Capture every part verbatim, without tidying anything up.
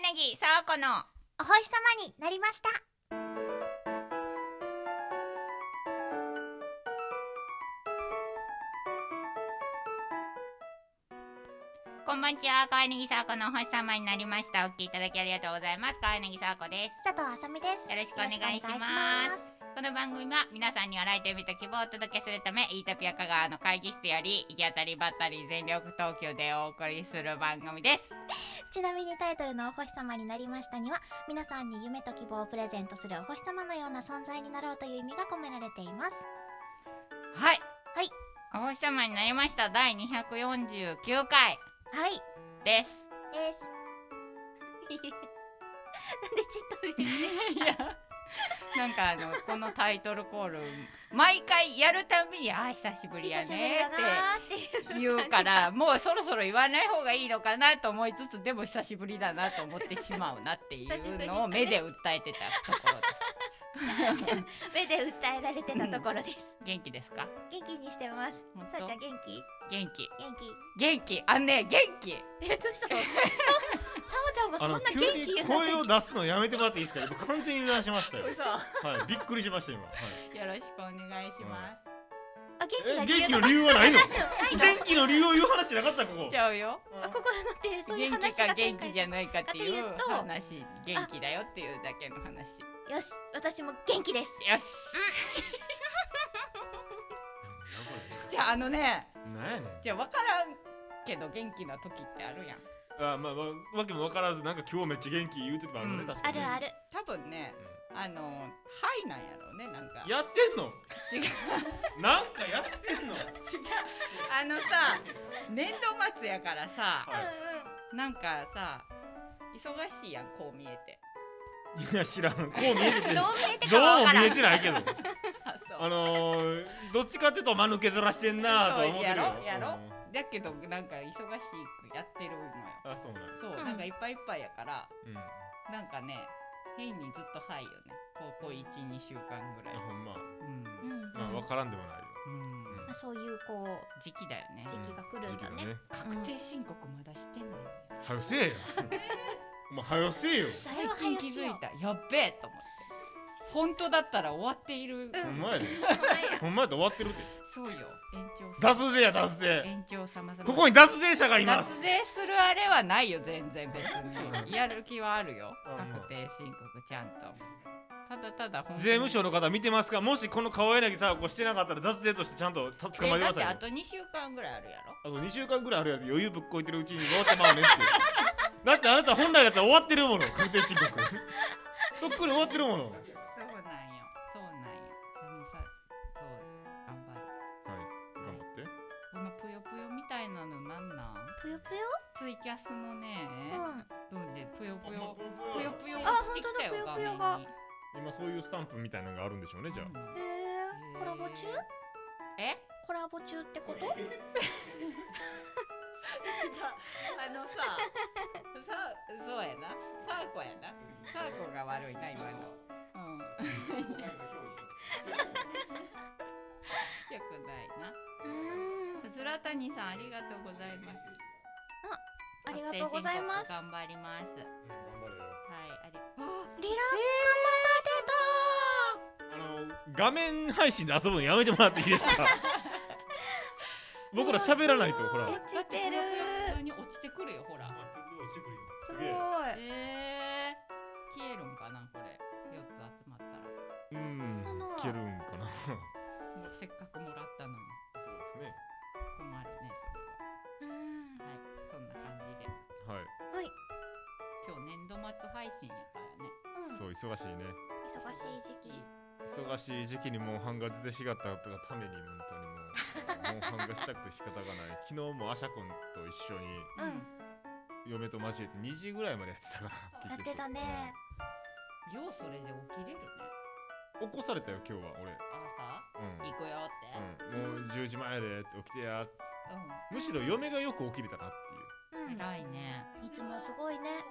柳沢子のお星様になりました。 こんばんちは。川柳沢子のお星様になりました。お聞きいただきありがとうございます。川柳沢子です。 佐藤あさみです。 よろしくお願いします。この番組は皆さんに笑いと夢と希望をお届けするため、イートピア香川の会議室より行き当たりばったり全力投球でお送りする番組です。 ちなみにタイトルのお星様になりましたには、皆さんに夢と希望をプレゼントするお星様のような存在になろうという意味が込められています。 はいはい、 お星様になりましただいにひゃくよんじゅうきゅうかいはいですですなんでちっと見ていやなんかあのこのタイトルコール毎回やるたびにあ久しぶりやねって言うからもうそろそろ言わない方がいいのかなと思いつつでも久しぶりだなと思ってしまうなっていうのを目で訴えてたところです目で訴えられてたところです、 うん、元気ですか？ 元気にしてます。さあちゃん元気？ 元気元気元気あんね元気えどうしたの？さおちゃんがそんな元気声を出すのやめてもらっていいですか？完全に出しましたよはい、びっくりしました今、はい、 よろしくお願いします、 あ元気な理由元気の理由はないの？元気の理由を言う話じゃなかったここちゃうよ。 あここだってそういう話が元気か元気じゃないかっていうか話元気だよっていうだけの話。 よし私も元気です。 よし、うん、じゃああのねなんやねんじゃあ分からんけど元気な時ってあるやん。 あまあ、まあ、わけも分からずなんか今日めっちゃ元気言う時もあるね、うん、確かにあるある多分ね、うん、あのはいなんやろうねなんかやってんの違うなんかやってんの違うあのさ年度末やからさ、 はい、 なんかさ忙しいやんこう見えていや知らんこう見えてどう見えてかわからんどうも見えてないけどあ, そうあのー、どっちかっていうと間抜けずらしてんなと思ってるよ。 やろやろ、うん、だけどなんか忙しくやってるのよ。 あそうなんそう、 うん、 なんかいっぱいいっぱいやから、 うん、 なんかね変にずっとはいよねここ いち,に 週間ぐらい。 あほんま、 うんうん、まあ分からんでもないよ、 うんうん、そういうこう時期だよね。 時期が来るんだね、 ね確定申告まだしてないよ、 うん、はよせえよお前はよせえよ最近気づいたやっべえと思って本当だったら終わっている、うん、 ほんまやでほんまやで終わってるってそうよ延長脱税や脱税延長様々 ここに脱税者がいます。 脱税するあれはないよ全然別にやる気はあるよ確定申告ちゃんとただただ税務署の方見てますか？もしこの川柳さこうしてなかったら脱税としてちゃんと捕まえてくださいよ。 だってあとにしゅうかんぐらいあるやろ。 あとにしゅうかんぐらいあるやつ余裕ぶっこいてるうちに終わってまうねってだってあなた本来だったら終わってるもの確定申告とっくに終わってるもの。 そうなんよそうなんよ。でもさそう頑張る。 はい頑張って。 このぷよぷよみたいなのなんなんぷよぷよツイキャスのね、 うん、 どうでぷよぷよぷよぷよあ落ちてきたよ本当だぷよぷよが今そういうスタンプみたいなのがあるんでしょうねじゃあ、うん、 へーコラボ中えコラボ中ってことあのささそうやなサーコやなサーコが悪いな今のうんよくないな。 うーんずらたにさんありがとうございます。 ありがとうございます。 頑張ります。 頑張れよ。 はいありリラックマあの画面配信で遊ぶのやめてもらっていいですか僕ら喋らないとほら落ちてる普通に落ちてくるよほらすごいえー、消えるんかなこれよっつ集まったらうん消えるんかなもうせっかくもらったのにそうですね困るねそれはうんはいそんな感じではいはい今日年度末配信やからね、 うん、 そう忙しいね忙しい時期忙しい時期にもう版が出てしがったがために本当にもうもう版がしたくて仕方がない昨日もアシャ君と一緒に嫁と交えてにじぐらいまでやってたからやってたね、 うん、ようそれで起きれるね起こされたよ今日は俺朝、 うん、 行くよって、 うん、もうじゅうじまえでって起きてやって、 うん、 むしろ嫁がよく起きれたなっていう、 うん、 偉いねいつもすごいね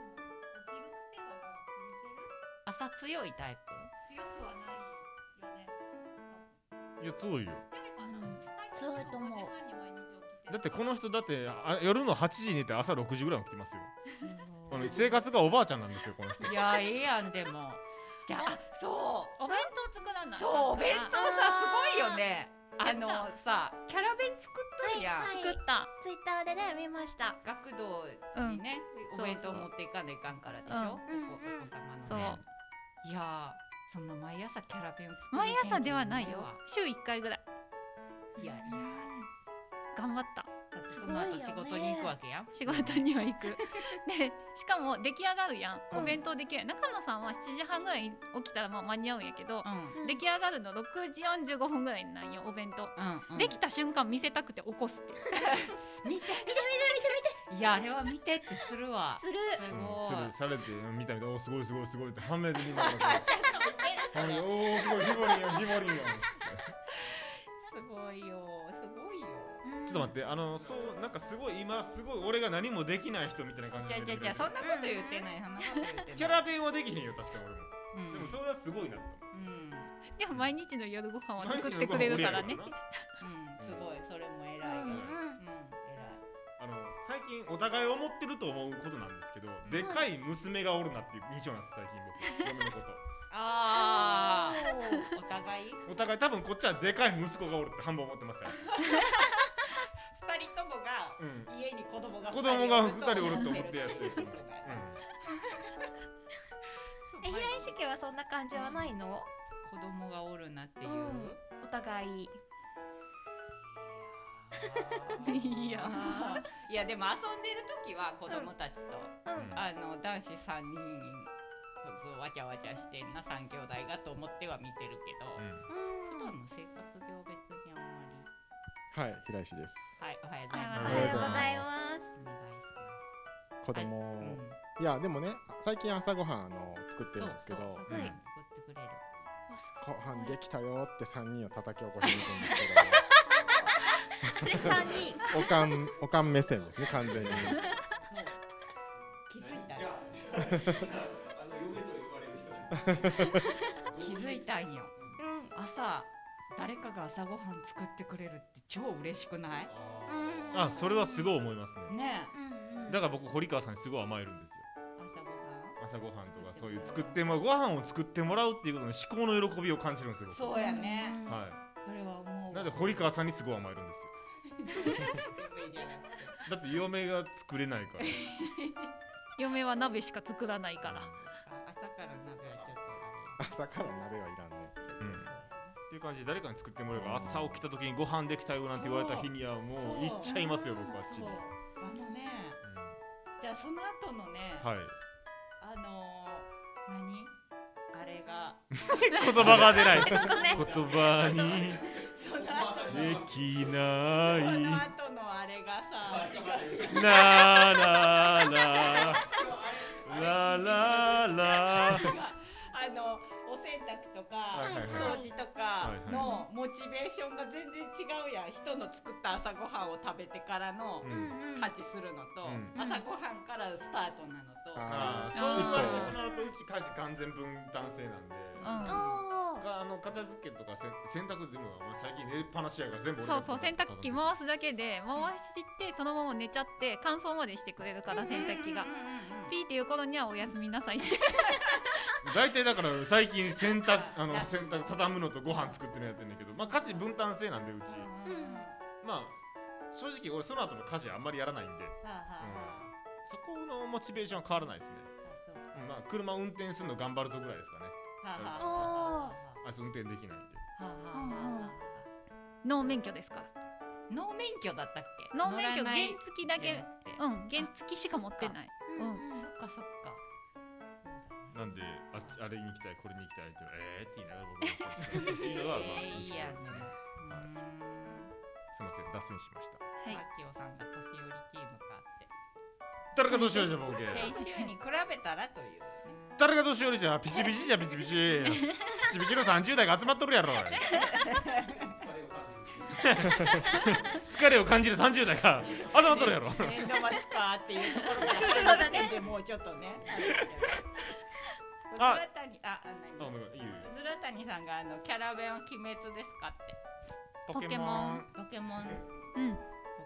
朝強いタイプ強くはないよね。 いや強いよ、 うん、強いと思う。 ごじはんに毎日起きてだってこの人だってあ夜のはちじに寝て朝ろくじぐらい起きてますよ。あの生活がおばあちゃんなんですよこの人。 いやええやんでも。じゃあそうお弁当作らない。 そうお弁当さすごいよね。あのさキャラ弁作っとるやん。 はいはい作った。 ツイッターでね見ました。 学童にね、 うん、 お弁当持っていかないかんからでしょ、 うんお, お子様のね。 そういやそんな毎朝キャラ弁を作る毎朝ではないよ。週いっかいぐらい。 いやいや頑張った。 その後仕事に行くわけやん。 仕事には行くでしかも出来上がるやん、うん、お弁当出来上がる。中野さんはしちじはんぐらいに起きたらまあ間に合うんやけど、うん、出来上がるのろくじよんじゅうごふんぐらいなんよお弁当、うんうん、できた瞬間見せたくて起こすって見て見て見て見て見て。 いやあれは見てってするわ。 するすごい、 うん、するされて見た見たおすごいすごいすごいって反面で見ながらちゃんと見てる。 おーすごいヒボリンやヒボリンやすごいよすごいよ。 ちょっと待ってあのそうなんかすごい今すごい俺が何もできない人みたいな感じで。 じゃじゃじゃそんなこと言ってない、そんなこと言ってない。 キャラ弁はできへんよ確か俺も、うん、でもそれはすごいなと、 うん、 でも毎日の夜ご飯は作ってくれるからね。うん、 すごいそれも偉いよ、うんうん、偉い。 あの最近お互い思ってると思うことなんですけど、うん、でかい娘がおるなっていう印象なんです最近僕嫁のこと。 ああお互いお互い多分こっちはでかい息子がおるって半分思ってますよ。 二人ともが、うん、家に子供が子供が二人おると思ってやってる。 え、平石家はそんな感じはないの？ 子供がおるなっていう、うん、 お互い。 いやいやでも遊んでる時は子供たちと、うん、あの男子三人そうわちゃわちゃしてんな三兄弟がと思っては見てるけど、うん、普段の生活上別にあんまり。 はい、平石です。 はい、おはようございます。 お願いします。 子供、うん、いやでもね最近朝ごはんあの作ってるんですけど、 そうそうそう、はい、作ってくれる。 ご飯できたよって三人を叩き起こしに行くんですけど。 三人。 おかんおかん目線ですね完全に。 気づいたよ。気づいたんよ、うん、朝誰かが朝ごはん作ってくれるって超嬉しくない？ あ、それはすごい思いますね。 ね、 うんうん、だから僕堀川さんにすごい甘えるんですよ。 朝ごはん？ 朝ごはんとかそういう作ってもご飯を作ってもらうっていうことの至高の喜びを感じるんですよ。 そうやね、 はい。 それは思う。 なんで堀川さんにすごい甘えるんですよ。だって嫁が作れないから。 嫁は鍋しか作らないから。 朝から鍋はちょっとあれ。 朝から鍋はいらんね。 うん、っていう感じで誰かに作ってもらえば朝起きた時にご飯できたよなんて言われた日にはもう行っちゃいますよ僕はあっちに。 あのね、うん、じゃあその後のね、 はい、 あのー、何あれが言葉が出ない言葉にできないその後のあれがさ違うならららららあのお洗濯とか、はいはいはい、掃除とかのモチベーションが全然違うやん。人の作った朝ごはんを食べてからの家事するのと、うん、朝ごはんからスタートなのと、 ああそう言われてしまうとうち家事完全分担制なんで、うん、あの片付けとか洗濯でも最近寝っぱなしやから全部俺そうそう洗濯機回すだけで回してそのまま寝ちゃって乾燥までしてくれるから洗濯機がピーっていう頃にはおやすみなさいして大体だから最近洗濯あの洗濯畳むのとご飯作ってるのやってんだけど、まあ家事分担制なんでうち、うん、まあ正直俺その後の家事あんまりやらないんで、うん、そこのモチベーションは変わらないですね。うん、まあ車運転するの頑張るぞぐらいですかね。あいつ運転できないんで。 ノー免許ですから。 ノー免許だったっけ？ ノー免許原付きだけ、うん原付きしか持ってない。うん、 そっかそっか。 なんで あ, あれに行きたいこれに行きたいってえーって言いながら僕が言ってるのはまあいいやんね。すみません脱線しました。 はい。マキオさんが年寄りチームかって。 誰が年寄りじゃボケ。 先週に比べたらという、ね。 誰が年寄りじゃピチピチじゃピチピチ。ピチピチのさんじゅう代が集まっとるやろ。疲れを感じるさんじゅう代が集まっとるやろ。 年度末かっていうところから始まってもうちょっとね。あ、うずら谷あ、あ、何？うずら谷さんがあのキャラ弁は鬼滅ですかって。 ポケモン。 ポケモン。 うん。 ポ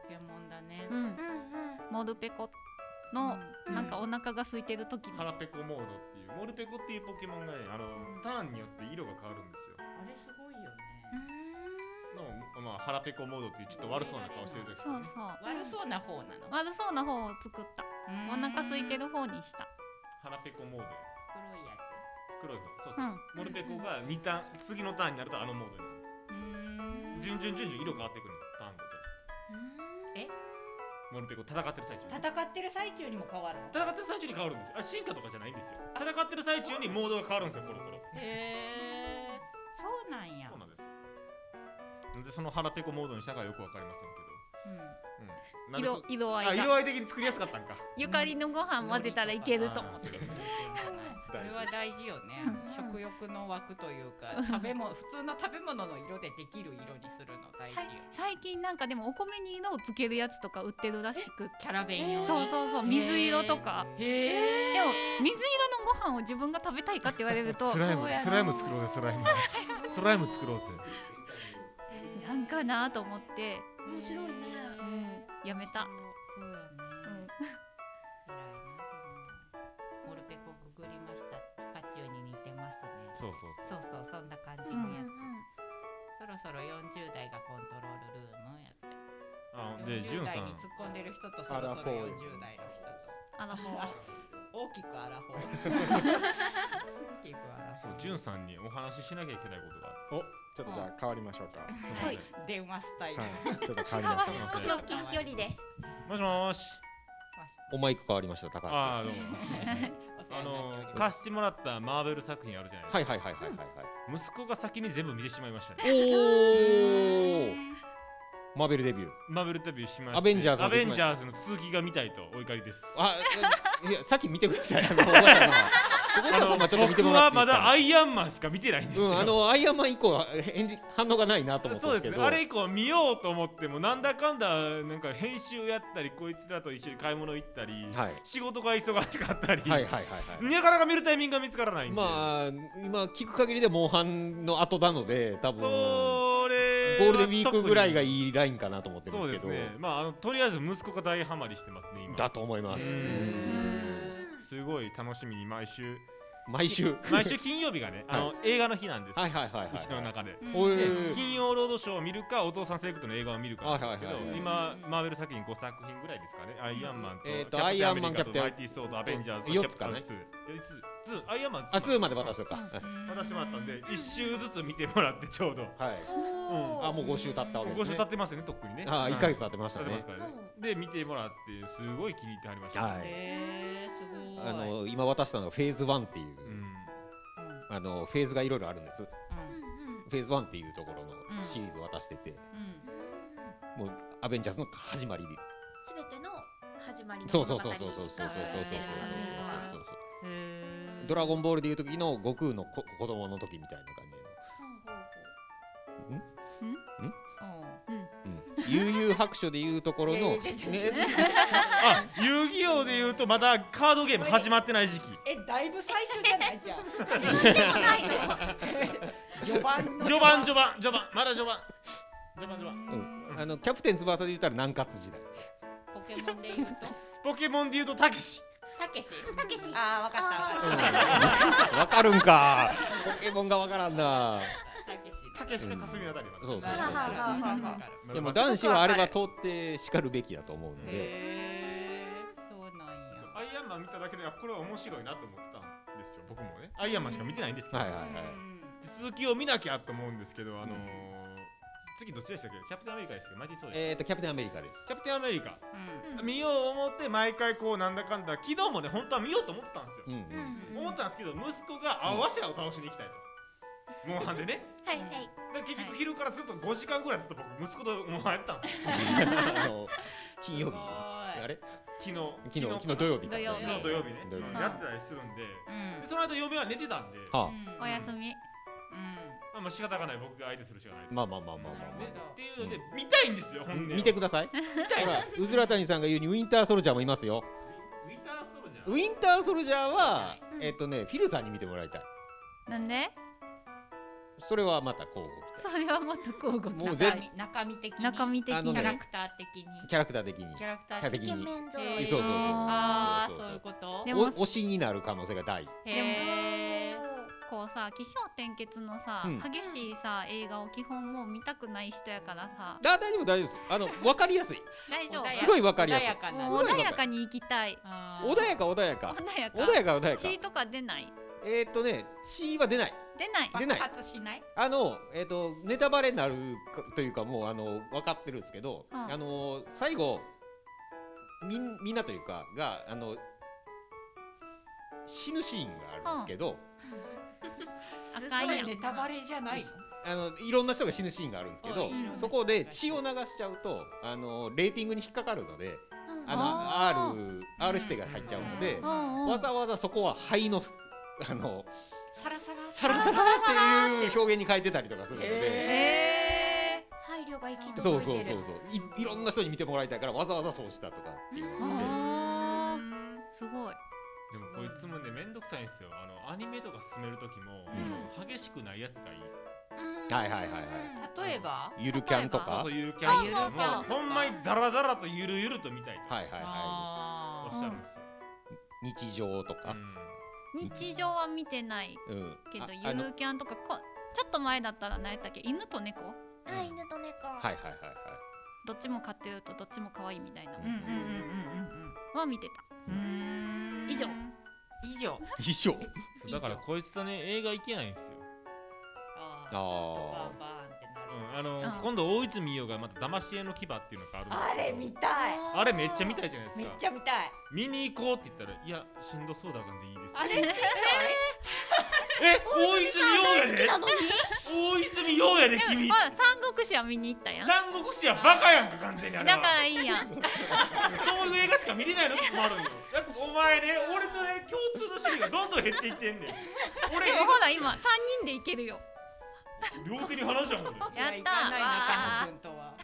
ケモンだね。 うん、モルペコのなんかお腹が空いてる時に、 ハラペコモードっていうモルペコっていうポケモンがね、あのターンによって色が変わるんですよ。 あれすごいよね。 のまあハラペコモードっていうちょっと悪そうな顔してる時、 そうそう、 悪そうな方なの。 悪そうな方を作った。お腹空いてる方にした。 ハラペコモード。 黒いやつ。 黒い方。そうそう。うん、モルペコがにターン、次のターンになるとあのモードになる。順々順々色変わってくるのターンごと。え？モルペコ戦ってる最中。 戦ってる最中にも変わるの？ 戦ってる最中に変わるんですよ。あ、進化とかじゃないんですよ。戦ってる最中にモードが変わるんですよ、コロコロ。 へえ。そうなんや。 そうなんです。でそのハラペコモードにしたかよくわかりませんけど。うんうん、色色合いが色合い的に作りやすかったんか。 ゆかりのご飯混ぜたらいけると思って。 それは大事よね。食欲の枠というか、食べ物普通の食べ物の色でできる色にするの大事よ。 最近なんかでもお米に色をつけるやつとか売ってるらしく、 キャラベン用。 そうそうそう、水色とか。 へえ。 でも水色のご飯を自分が食べたいかって言われると、 スライムスライム作ろうぜスライム。スライム作ろうぜ。 なんかなと思って。 面白いね。 うん、やめた。 そうやね。うん。偉いな。モルペコググりました。ピカチュウに似てますね。 そうそうそうそうそう、そんな感じのやつ。そろそろよんじゅう代がコントロールルームやって。あ、で、ジュンさん。よんじゅう代に突っ込んでる人とそろそろよんじゅう代の人と。 アラフォー。 大きくアラフォー。大きくアラフォー。 そう、ジュンさんにお話ししなきゃいけないことが。 お、ちょっとじゃあ変わりましょうか。 はい。電話スタイル。 ちょっと変わりましょう。 近距離で。 もしもし。 おマイク変わりました高橋です。ああ、どうも。 あの貸してもらったマーベル作品あるじゃないですか。 はいはいはいはいはいはい。 息子が先に全部見てしまいましたね。 おお。マーベルデビュー。 マーベルデビューしました。 アベンジャーズ。 アベンジャーズの続きが見たいとお怒りです。 あ、いやさっき見てください。 あの僕はまだアイアンマンしか見てないんですよ。 うん、あのアイアンマン以降は反応がないなと思ってそうですね。あれ以降見ようと思ってもなんだかんだなんか編集やったりこいつらと一緒に買い物行ったり、はい、仕事が忙しかったり、はいはいはいはい、なかなか見るタイミングが見つからないんで。 まあ今聞く限りでモンハンの後なので多分それゴールデンウィークぐらいがいいラインかなと思ってるんですけど。 そうですね。まああのとりあえず息子が大ハマりしてますね今。 だと思います。 すごい楽しみに毎週。 毎週毎週金曜日がね、あの映画の日なんです。 はいはいはいはい。 うちの中で。金曜ロードショーを見るか、お父さんセレクトの映画を見るかなんですけど、今マーベル作品ごさく品ぐらいですかね。アイアンマンとえっとアイアンマンキャプテンマイティソードアベンジャーズよっつかね。 アイアンマンあツーまで渡すか。 渡してもらったんで一周ずつ見てもらってちょうど。はい。 あもうご週経ったわけですね。 ご週経ってますねとっくにね。 あいっかげつ経ってましたね。 で見てもらってすごい気に入ってはりました。 はい。あの今渡したのがフェーズワンっていう。あのフェーズがいろいろあるんです、うん、フェーズワンっていうところのシリーズを渡してて、うん、もうアベンジャーズの始まりで全ての始まりのそうそうそうそうそうそうそうそうそうそうそうそうドラゴンボールでいう時の悟空のこ子供の時みたいな感じのんんん悠々白書でいうところのあ、遊戯王でいうとまだカードゲーム始まってない時期。 え、だいぶ最初じゃないじゃん。序盤序盤序盤序盤まだ序盤序盤序盤。あのキャプテン翼で言ったら南葛時代。 ポケモンで言うとポケモンで言うとたけし。 たけしたけし。 ああ、わかったわかるんか。ポケモンがわからんな。 たけしか霞あたりは。 そうそうそうそう。でも男子はあれは通ってしかるべきだと思うので。 そうなんや。 アイアンマン見ただけでこれは面白いなと思ってたんですよ。僕もね。アイアンマンしか見てないんですけど。続きを見なきゃと思うんですけど、あの次どっちでしたっけ？キャプテンアメリカですけど、マイティソーです。 えっとキャプテンアメリカです。 キャプテンアメリカ。見よう思って毎回こうなんだかんだ昨日もね本当は見ようと思ってたんですよ。思ったんですけど息子があわしらを倒しに行きたいと。モンハンでね。 はいはい。 で結局昼からずっとごじかんぐらいずっと僕息子とモンハンやってたんですよ。 あの金曜日あれ？ 昨日昨日昨日土曜日土曜日土曜日ねやってたりするんで、その間嫁は寝てたんで、 おやすみ。 まあまあ仕方がない僕が相手するしかない。 まあまあまあまあまあ。 っていうので見たいんですよ本音。 見てください。ほらうずら谷さんが言うにウィンターソルジャーもいますよ。 ウィンターソルジャー。 ウィンターソルジャーはえっとねフィルさんに見てもらいたい。 なんで？ それはまた交互期待。 それはまた交互期もう待。 ぜ中身的に中身的にキャラクター的にキャラクター的にキャラクター的に的に面揃へーいそうそうそうああそうそうそういうことでもお推しになる可能性が大。 へえこうさ起承転結のさ、 うん激しいさ映画を基本もう見たくない人やからさ、 あ大丈夫大丈夫です。あの分かりやすい。 大丈夫。 すごい分かりやすい穏やかなもう穏やかに行きたい。 あー穏やか穏やか穏やか。 穏やか穏やか。 血とか出ない。 えーっとね血は出ない。 出ない。 出ない爆発しないあのえーっとネタバレになるかというかもうあの分かってるんですけど、 うんあの最後みんみんなというかがあの死ぬシーンがあるんですけど。 赤いやん。 それネタバレじゃないあのいろんな人が死ぬシーンがあるんですけど、 うんそこで血を流しちゃうとあのレーティングに引っかかるので、あのあ R, R 指定が入っちゃうので、 うんうんわざわざそこは肺のあのサラサラサラサラっていう表現に変えてたりとかするので、 へ配慮が生きとそうそうそうそういいろんな人に見てもらいたいからわざわざそうしたとかっていうーので、 あーすごい。 でもこいつもねめんどくさいんですよ。あのアニメとか進める時も、あの激しくないやつがいい。 はいはいはいはい。 例えばゆるキャンとか、 そうそうゆるキャンそうそうそうもうほんまにダラダラとゆるゆると見たいとはいはいはあおっしゃるんですよ。 い。日常とか、 日常は見てないうん。 けど、 ああのゆるキャンとかこちょっと前だったら何やったっけ、犬と猫あ犬と猫はいはいはいはい。 どっちも飼ってるとどっちも可愛いみたいなうんうんうんうんは見てた。 うんうん以上以上一緒。 そうだからこいつとね映画行けないんですよ。 ああーバーンってなるうん、あの、 うん今度大泉洋がまた騙し絵の牙っていうのがあるんですあれ見たいあれめっちゃ見たいじゃないですか。 めっちゃ見たい見に行こうって言ったらいやしんどそうだからでいいですよ。 あれしんどいえ大泉洋やで好きなのに大泉洋やででも君ほら三国志は見に行ったやん。だ三国志はバカやんか完全にあれはからいいやん。 そういう映画しか見れないの困るんよ。やっぱお前ね俺とね共通の趣味がどんどん減っていってんねん。俺でもほら今三人で行けるよ。 両手に話じゃん俺。 やったいや行かない中野君とは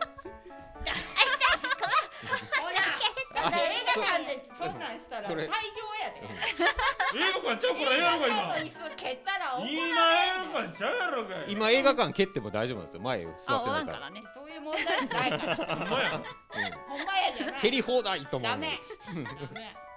ほらあ映画館でそんなんしたらそれ退場やで映画館ちゃうからええやろか映画館の椅今。 子蹴ったら怒今られ映画館ちゃうやろかい。 今映画館蹴っても大丈夫なんですよ。前座ってあ、おないから。 らんからね。 そういう問題じゃないからほんまや。 ほんまやじゃない蹴り放題と思うので。 ダメダメダメです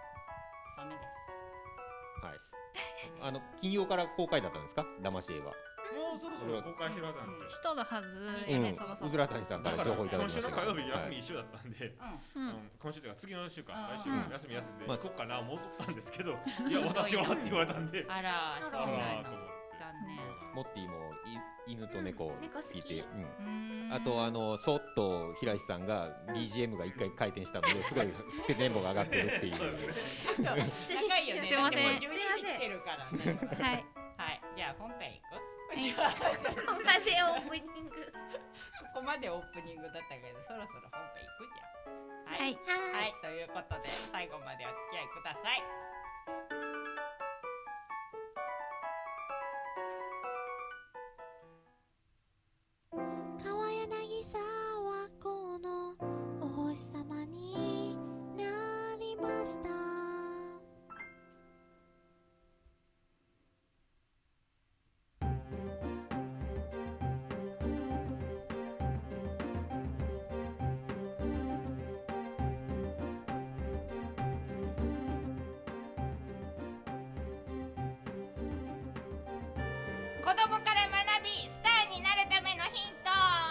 はい。あの金曜から公開だったんですか？騙し絵は。 もうそろそろ公開してるはずなんですよ。 しとるはずうん。 やね、そろそろ。 うずら谷さんかだからら情報いただ今きましたけど。 週の火曜日休はいみ一緒だったんで、 うんうん。 うん今週というか次の週かうん来週うん休み休んでまあ行こうかな思ったんですけど、いや私はって言われたんで、 あらそうあなんらーとだ思って。 残念モッティもい犬と猫うん猫好き聞いて、うん。 うーんあとあのそっと平石さんが ビージーエム が一回回転したのですごいテンポが上がってるっていう。 そうですね。 ちょっと長いよねすいませんだってもうじゅうにじ来てるからねはい。 はいじゃあ本編いくいじゃあここまでオープニングここまでオープニングだったけどそろそろ本編いくじゃんはい。 はい、ということで最後までお付き合いください。 川柳沢湖のお星様になりました子供から学びスターになるためのヒント。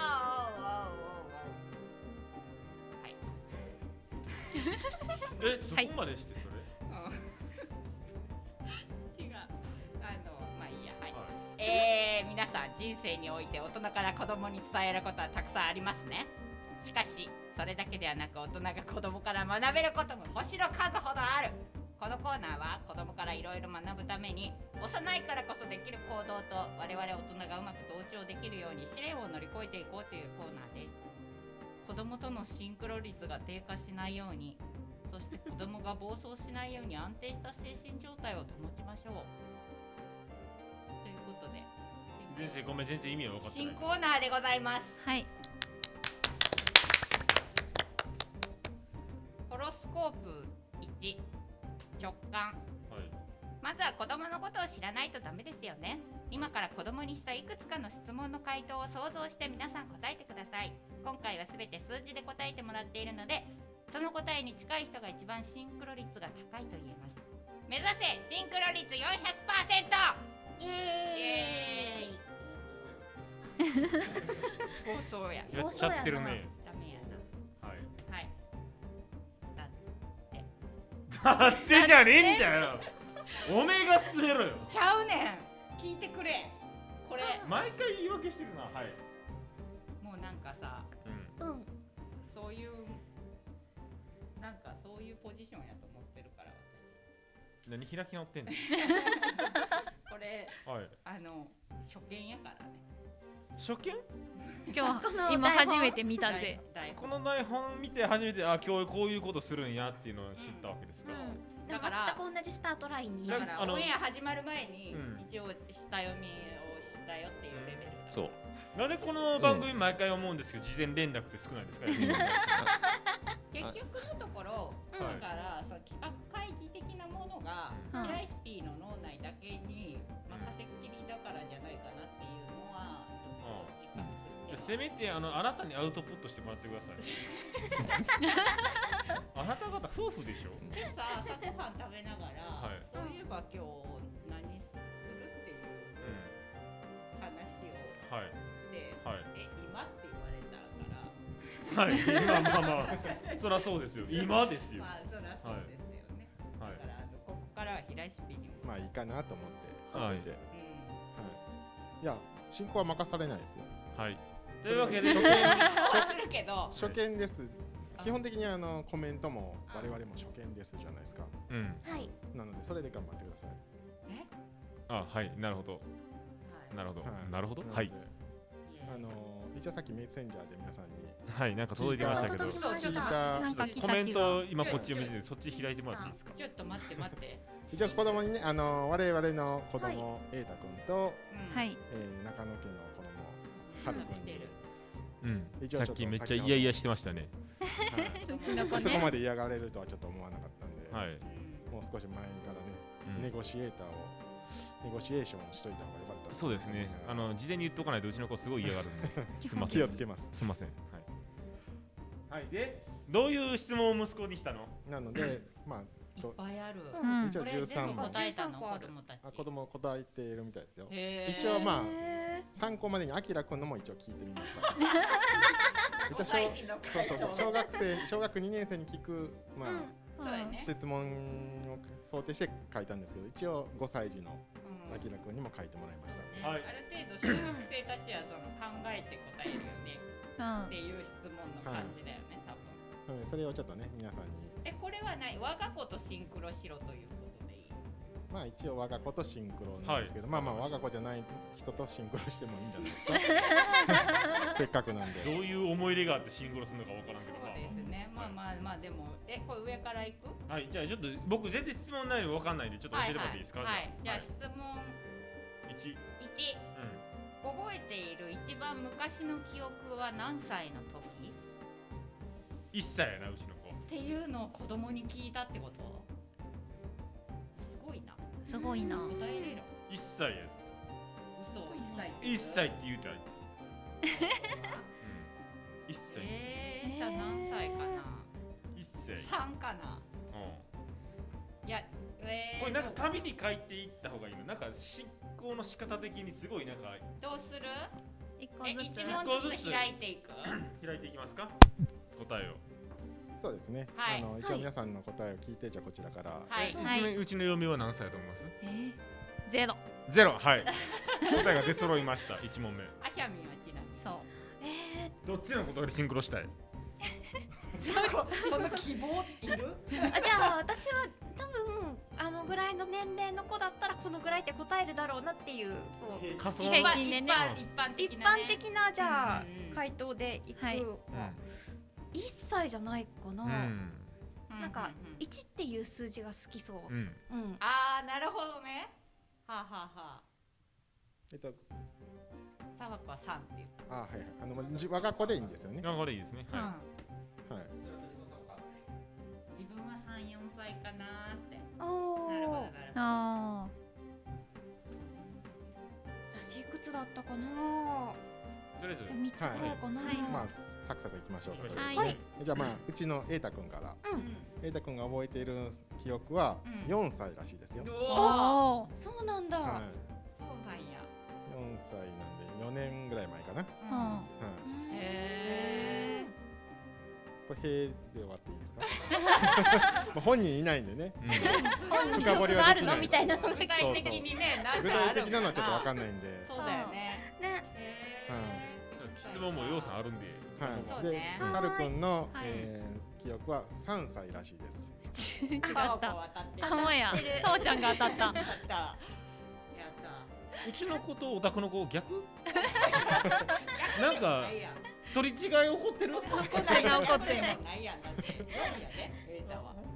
はい。 えそこまでしてそれ。 違う。あのまあいいやはい。 はいえー、皆さん人生において大人から子供に伝えることはたくさんありますね。しかしそれだけではなく大人が子供から学べることも星の数ほどある。このコーナーは子供からいろいろ学ぶために幼いからこそできる行動と我々大人がうまく同調できるように試練を乗り越えていこうというコーナーです。子供とのシンクロ率が低下しないように、そして子供が暴走しないように安定した精神状態を保ちましょう。ということで全然ごめん全然意味は分かってない。 新コーナーでございます。 はい。 ホロスコープいち直感はい。 まずは子供のことを知らないとダメですよね。今から子供にしたいくつかの質問の回答を想像して皆さん答えてください。今回はすべて数字で答えてもらっているので、その答えに近い人が一番シンクロ率が高いと言えます。目指せシンクロ率 よんひゃくパーセント。 イエーイ。 暴走ややっちゃってるね。 ダメやな。 はいはいだってじゃねえんだよ。おめえが進めろよ。 ちゃうねん、聞いてくれ。これ毎回言い訳してるな。はい。 もうなんかさ、 うん、 うん。 そういうなんかそういうポジションやと思ってるから私。 何開き直ってんのこれ、 はい、 あの初見やからね。 初見？ 今日今初めて見たぜ。 この台本見て初めて、あ、今日こういうことするんやっていうのを知ったわけですから、 うんうん、だから全く同じスタートラインに。 だからオンエア始まる前に、うん、一応下読みをしたよっていうレベルだ。 そう。 なんでこの番組毎回思うんですけど、うん、事前連絡って少ないですか？ 結局のところ、だからその企画会議的なものが、うん、ヒライスピーの脳内だけに任せっきりだからじゃないかなっていうのは自覚してます。 せめてあのあなたにアウトプットしてもらってください。あなた方夫婦でしょ。 今朝朝ごはん食べながら、はい、そういえば今日何するっていう話をして、はいはい、え今って言われたから。はい、 まあまあまあ、そりゃそうですよ。今ですよ。 まあそりゃそうですよね。はい、だからあのここからは平石ピにも。 まあいいかなと思って。はい。 うん、 はい。いや進行は任されないですよ。 はい。というわけで初見するけど初見です。基本的にあのコメントも我々も初見ですじゃないですか。 うん。 はい。 なのでそれで頑張ってください。 え？ あ、はい、なるほど。はい、なるほど、はい、なるほど。はい。 あの一応さっきメッセンジャーで皆さんにはいなんか届いてましたけど、 なんかコメント今こっち読めてそっち開いてもらっていいですか？ ちょっと待って待って。 一応子供にねあの我々の子供瑛太君と、 はいえー、中野家の子供春君に。 うん、さっきめっちゃイヤイヤしてましたね。 はい、そこまで嫌がれるとはちょっと思わなかったんで、 はい、 もう少し前からね、うん、ネゴシエーターをネゴシエーションをしといた方がよかった。 そうですね。あの事前に言っとかないとうちの子すごい嫌がるんで、すみません。 気をつけます。 すみません。はい。はい。で、どういう質問を息子にしたの？ なので、まあいっぱいある。 一応じゅうさん問。 答えたの子供たち。 あ、子供答えているみたいですよ。一応まあ参考までにあきらくんのも一応聞いてみました。一応そうそうそう小学生小学にねん生に聞くまあ質問を想定して書いたんですけど、一応ごさい児のあきらくんにも書いてもらいました。 ある程度小学生たちはその考えて答えるよねっていう質問の感じだよね、多分。 それをちょっとね皆さんに。 え、これはない我が子とシンクロしろということでいい？ まあ一応我が子とシンクロなんですけど、まあまあ我が子じゃない人とシンクロしてもいいんじゃないですか。せっかくなんで。 どういう思い入れがあってシンクロするのかわからんけど。 そうですね。まあまあまあでも、え、これ上からいく？ はい、じゃあちょっと僕全然質問ないのわかんないんでちょっと教えてもらっていいですか？ はい。じゃあ質問いち。 いち。覚えている一番昔の記憶は何歳の時？ いっさいやなうちの子。 っていうのを子供に聞いたってこと？すごいな。 すごいな。 答えれる。 いっさいや。 嘘、いっさい。 いっさいって言うてあいつ。いっさい。 えー、じゃあ何歳かな。 いっさい。 さんかな。うん。いや、えー、 これなんか紙に書いていった方がいいの？なんか執行の仕方的にすごいなんか。 どうする？ 一個ずつ。 一問ずつ開いていく。 開いていきますか？答えを。 そうですね。 はい、 あの一応皆さんの答えを聞いて、じゃあこちらから。 はい。 うちのうちの嫁は何歳だと思います？ えー、ゼロ。 ゼロ、はい。答えが出揃いました。一問目。 アシャミンはちなみに。 そう。 えー、どっちのことでシンクロしたい？ その希望いる？ あ、じゃあ私は多分あのぐらいの年齢の子だったらこのぐらいって答えるだろうなっていうこう仮想平均でね。 一般的な一般的なじゃあ回答でいく。いっさいじゃないかな、うん、なんかいちっていう数字が好きそう、うんうん、あーなるほどね。はあ、はあはあ、 えっとさわこはさんって言った。 あ、はいはい、あの我が子でいいんですよね。 我が子でいいですね。はい、うん、はい、 自分はさん、よんさいかなーって。 おー、 なるほどなるほど。あつだったかな。 とりあえずみっつくらいかな。 まあサクサクいきましょうか。 はい。 じゃあまあうちの瑛太くんから。瑛太くんが覚えている記憶はよんさいらしいですよ。 おお、そうなんだ。 そうなんや。 よんさいなんでよねんぐらい前かな。 へえ。 これへーで終わっていいですか？本人いないんでね。 深掘りはできないみたいなのが具体的にね、なん具体的なのはちょっとわかんないんで。 そうだよね。ね。 質問もようさんあるんで。 はい。で、はるくんの記憶はさんさいらしいです。 違った。あ、もや。そうちゃんが当たった。やった。 うちの子とお宅の子逆？なんか取り違い起こってる？ 何が起こってんの？ ないやんだって。ないやね。えーたわ。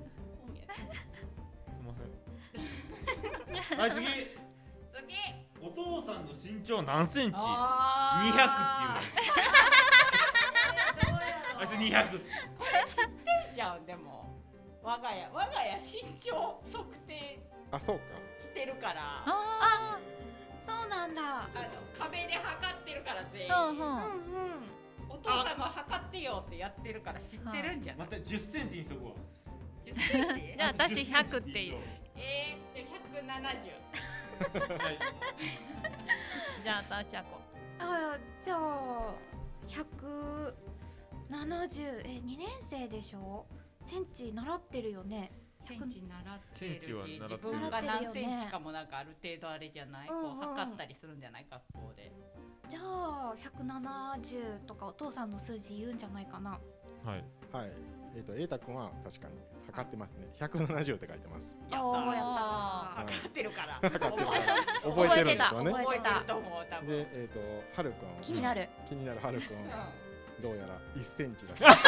すみません。はい次。次。お父さんの身長何センチ？にひゃくっていうの。あいつにひゃく。 これ知ってんじゃんでも。我が家我が家身長測定。 あ、そうか。 してるから。 あ、そうなんだ。 あの壁で測ってるから全員。 うんうん。 お父さんも測ってよってやってるから知ってるんじゃない？ またじゅっセンチにしとこう。 じゅっセンチ？ じゃあ私ひゃくっていう。 えー、じゃあひゃくななじゅう。 じゃあ私はこう。あ、じゃあひゃくななじゅう、え、にねんせいでしょ？センチ習ってるよね。 センチ習ってるし、自分が何センチかもなんかある程度あれじゃない？こう測ったりするんじゃない？学校で。 じゃあひゃくななじゅうとかお父さんの数字言うんじゃないかな。 はいはい。えっと瑛太くんは確かに測ってますね。ひゃくななじゅうって書いてます。 やったー。測ってるから。 覚えてるんでしょうね。 覚えてると思う多分。 でえっとはるくん。 気になる。 気になるはるくん。どうやらいっセンチらしい。 惜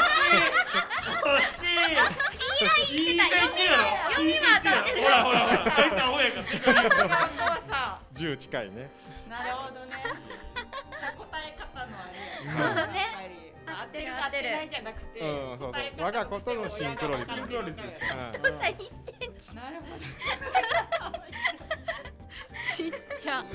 しい。いいセンチやろ。 読みは当たってる。 ほらほらほら。あいつアホやから。 じゅう近いね。 なるほどね。答え方のあれ。ね。合ってる合ってないじゃなくて。 うん、そうそう。我が子とのシンクロ率。 シンクロ率ですか。 お父さんいっセンチ。 なるほど。 ちっちゃ。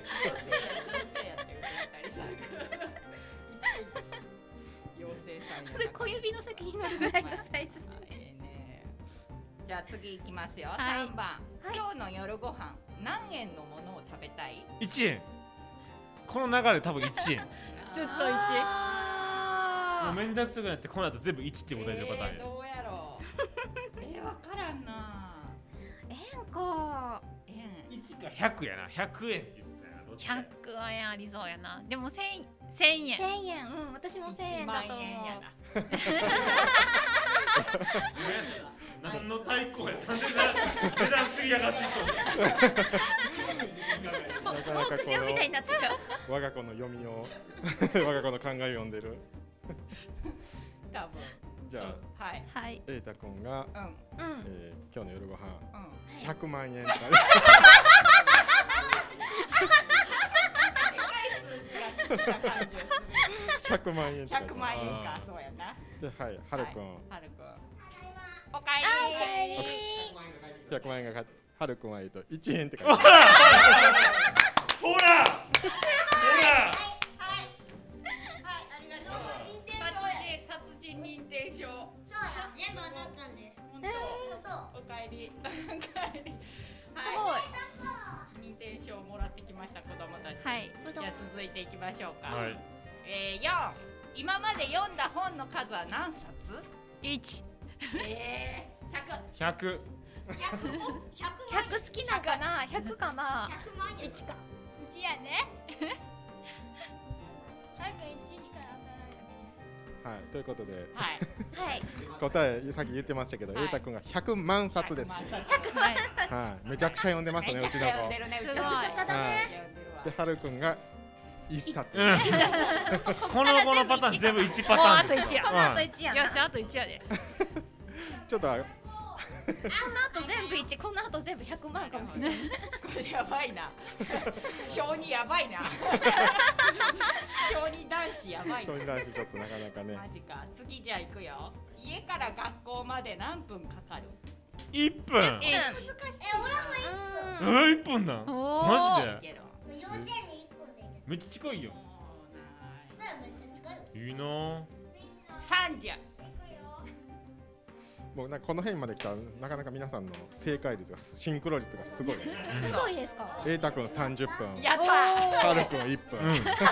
小指の先に乗るぐらいのサイズ。 ええね。じゃあ次いきますよ。さんばん。今日の夜ご飯何円のものを食べたい？ いちえん。この流れ多分いちえん。 ずっといち。 もうめんどくさくなってこの後全部いちって答えてるパターン。 どうやろう。え、わからんな。 円か。 円。 いちかひゃくやな。ひゃくえんって言ってたやな。 ひゃくは円ありそうやな。でもせんせんえん。 せんえん、うん、私もせんえんだと思う。 何の対抗や。なんで値段つり上がっていくの。 もう口調みたいになってる。 我が子の読みを我が子の考えを読んでる。 多分。 じゃあ、はいはい。 瑛太くんが、 うん、 えー、今日の夜ご飯、 うん、 ひゃくまんえん。ひゃくまんえん。 ひゃくまんえんか、そうやな。 で、はい、はるくん。 はるくん。おかえり。 ひゃくまんえんがかはるくんはえっといちえんって書いてある。 ほら。ほら。 達人認定証。そうや、全部当たったんで。本当。そう。おかえり。おかえり。 すごい。 認定証をもらってきました子供たち。 はい。 じゃあ続いていきましょうか。 はい。 えー、よん。今まで読んだ本の数は何冊？ いち。 えー、 ひゃく。 ひゃく。ひゃく好きなかな？ひゃくかな？ ひゃくまんえん。いちか。いちやね。なんかいちしか当たらない。 はい、ということで、 はい、 答えさっき言ってましたけど、瑛太くんがひゃくまんさつです。はい、めちゃくちゃ読んでますね、うちの子。 読書家だね。 で、はるくんが一冊。 このこのパターン全部いちパターンです。 この後いちや。 よし、あといちやで。 ちょっと。 この後全部いち、この後全部ひゃくまんかもしれない。 これやばいな。小児やばいな。小児男子やばいな。 小児男子ちょっとなかなかね。 マジか。次じゃあ行くよ。家から学校まで何分かかる？ いっぷん。難しい。 え、俺もいっぷん。 うん、いっぷんだ。マジで。 幼稚園にいっぷん。 めっちゃ近いよ。 めっちゃ近いよ。 いいな。 三じゃ。 もうなんかこの辺まで来たらなかなか皆さんの正解率がシンクロ率がすごいですね。 すごいですか。 瑛太くんさんじゅっぷん。 やった。 はるくんいっぷん。 うん、 すごい。 始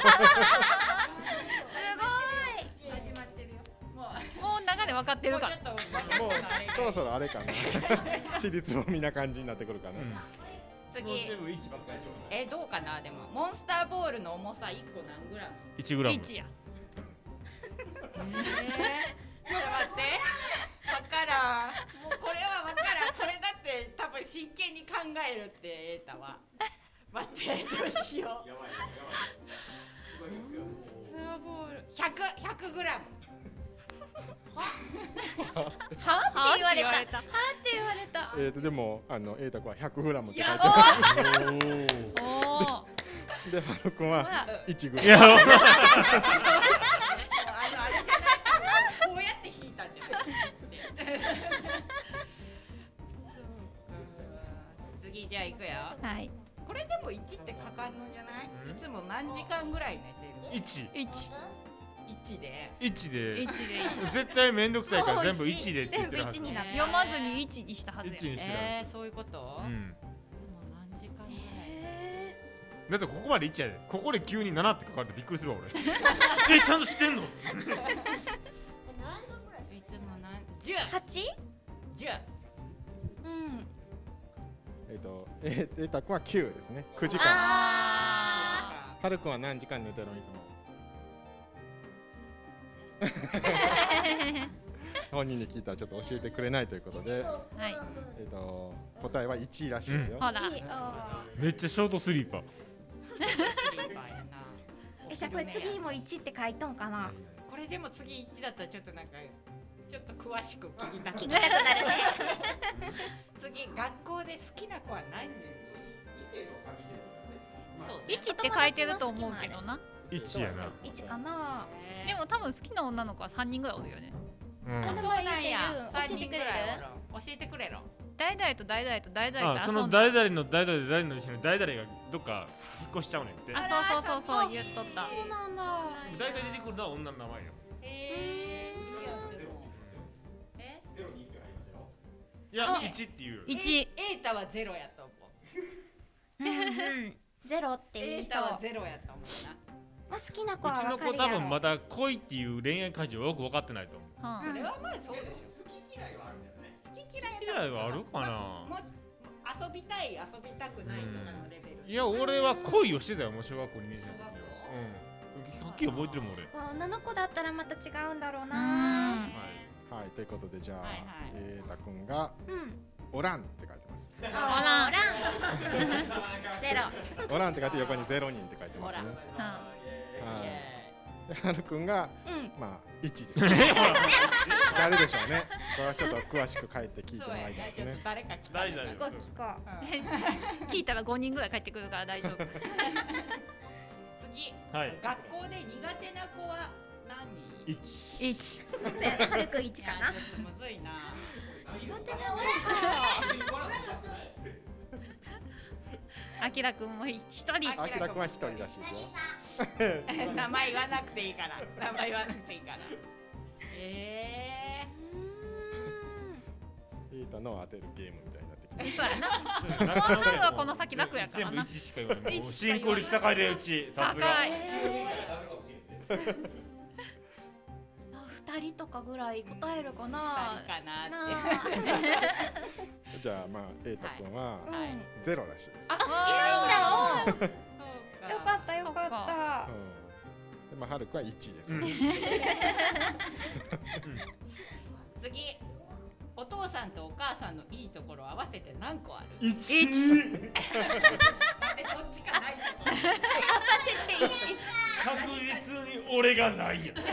まってるよ。 もうもう流れ分かってるから。 もうもうそろそろあれかな。私立もみな感じになってくるかな。うん、 次。えどうかなでもモンスターボールの重さいっこ何グラム？ いちグラム。 いちや。 えー、ちょっと待って。わからん。もうこれはわからん。これだって多分真剣に考えるって瑛太は。待ってどうしよう。やばいやばい。スターボールひゃく ひゃくグラム。 はって言われた。はって言われた。 えっとでもあの瑛太くんはひゃくグラムって書いてある。おお。ではるくんはいちグラム。 あのあれじゃない。こうやって引いたんじゃない。次じゃあ行くよ。 はい。 これでもいちってかかんのじゃない？いつも何時間ぐらい寝てる？ いち。 いち。 いちで。 いちで。 いちで。 絶対めんどくさいから全部いちでって言ってるはず。 全部いちになった。 読まずにいちにしたはずや。 いちにしてる。 えー、そういうこと？ うん。 もう何時間ぐらい？ だってここまでいっちゃうで。ここで急にななって書かれてびっくりするわ俺。えちゃんと知ってんの？ じゅうはち？ じゅう。 うん。 えっとえ瑛太くんはきゅうですね。くじかん。 あはるくんは何時間寝てるのいつも？本人に聞いたらちょっと教えてくれないということで、 はい。 えっと答えはいちいらしいですよ。 ほら。 めっちゃショートスリーパー。 えじゃあこれ次もいちって書いとんかな。 これでも次いちだったらちょっとなんかちょっと詳しく聞きたく聞きたくなるね。 次学校で好きな子は何人？ いちって書いてると思うけどな。 いちやな。 いちかな。 でも多分好きな女の子はさんにんぐらいおるよね。 うん。 あ、そうなんや。教えてくれる？ 教えてくれろ。 誰々と誰々と誰々と遊んで。 あ、その誰々の誰々で誰々の一緒に誰々がどっか引っ越しちゃうねんって。 あ、そうそうそうそう言っとった。 そうなんだ。 大体出てくるのは女の名前よ。 へえ。 いや、いちっていう。 いち。 エータはゼロやと思う。 ゼロって言いそう。 エータはゼロやと思うな。 まあ好きな子はうちの子多分まだ恋っていう恋愛感情はよく分かってないと思う。 それはまあそうでしょ。好き嫌いはあるんだよね。好き嫌いはあるかな。 もう遊びたい遊びたくないとかのレベル。 いや俺は恋をしてたよもう小学校にねん生の時は。うん。はっきり覚えてるもん俺。 女の子だったらまた違うんだろうな。 はい、ということでじゃあ瑛太くんがおらんって書いてます。 おらん。ゼロ。 おらんって書いて横にゼロにんって書いてますね。はい。はるくんがまあいちです。誰でしょうね。これはちょっと詳しく書いて聞いてもらいたいですね。 誰か聞こう聞こう。 聞いたらごにんぐらい帰ってくるから大丈夫。 次。 はい。 学校で苦手な子は何人？ いち。 いち。 はるくんいちかな。 むずいな。 苦手じゃないあきらくんも一人。 あきらくんは一人らしいですよ。 名前言わなくていいから。名前言わなくていいから。ええ。瑛太の当てるゲームみたいになってきて。 そうやな。もう春はこの先楽やからな。 全部いちしか言わない。進行率高いでうち。さすが。 二人とかぐらい答えるかな。 二人かなって。 じゃあまあ瑛太くんはゼロらしいです。 あ、いないんだ。よかったよかった。 でまあはるくんはいちですね。 次。お父さんとお母さんのいいところ合わせて何個ある？ いち。 なんでどっちかないところ。合わせていち。 確実に俺がないよ。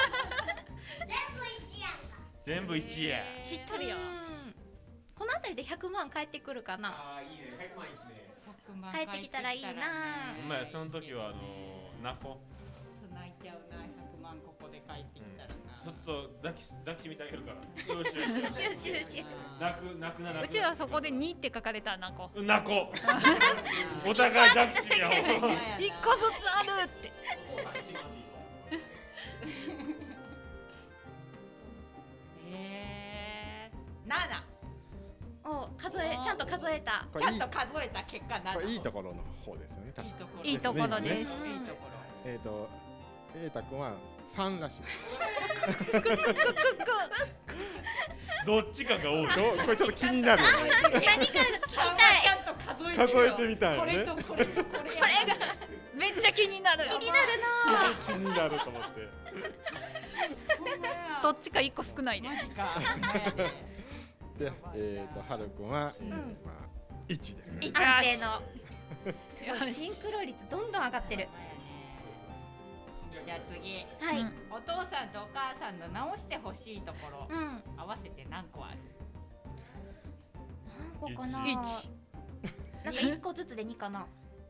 全部いちや。 知っとるよ。 このあたりでひゃくまん返ってくるかな。 ああいいね。ひゃくまんいいですね。 帰ってきたらいいな。 お前その時はあの泣こう。泣いちゃうなひゃくまんここで帰ってきたらな。 ちょっと抱き抱きしめてあげるから。よしよしよしよしよし。 泣く泣くな泣く。 うちはそこでにって書かれたら泣こう。 泣こう。お互い抱きしめよう。 一個ずつあるって。 えー、なな。 お数えちゃんと数えた。 ちゃんと数えた結果なな。 これいいところの方ですよね。確かに。いいところです。いいところ。 えっと瑛太くんはさんらしい。 どっちかが多い。 これちょっと気になるよね。 何か聞きたい。 ちゃんと数えて数えてみたいよね。 これとこれとこれがめっちゃ気になる。 気になるな。 気になると思って。 どっちか一個少ないで。 マジか。 で、えっとはるくんはえまあいちですね。 安定の。すごいシンクロ率どんどん上がってる。 じゃあ次、 はい、 お父さんとお母さんの直してほしいところ、うん、合わせて何個ある？ 何個かな？ いち。 なんかいっこずつでにかな？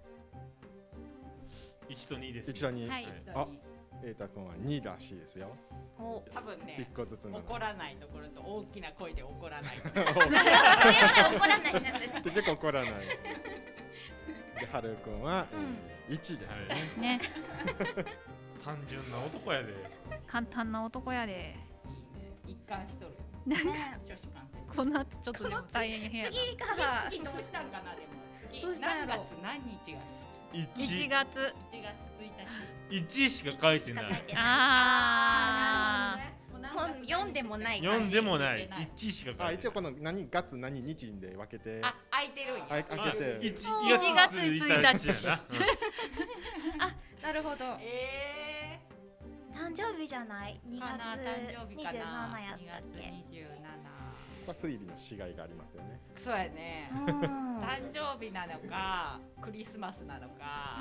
いちとにです、ね。 いちとに。 はい。 あ、瑛太くんはにらしいですよ。 お、多分ね。 いっこずつ。 怒らないところと大きな声で怒らないところ。 怒らないなんで。 結構怒らない。で、はるくんは、うん、いちですね。 ね。 単純な男やで。 簡単な男やで。 一貫しとる。 なんかこの後ちょっとでも大変部屋。 次か。 次どうしたんかなでも。 どうしたんやろ。 何月何日が好き？いちがつ。 いちがつついたち。 いちしか書いてない。 ああ。 読んでもない。 読んでもない。いちしか書いてない。 あ、一応この何月何日で分けて。 あ、空いてるんや。 開けて。 いちがつついたちやな。あ、なるほど。 ええ。 誕生日じゃない？にがつにじゅうななやったっけ？ にじゅうなな。 まあ推理のしがいがありますよね。 そうやね。誕生日なのか、クリスマスなのか。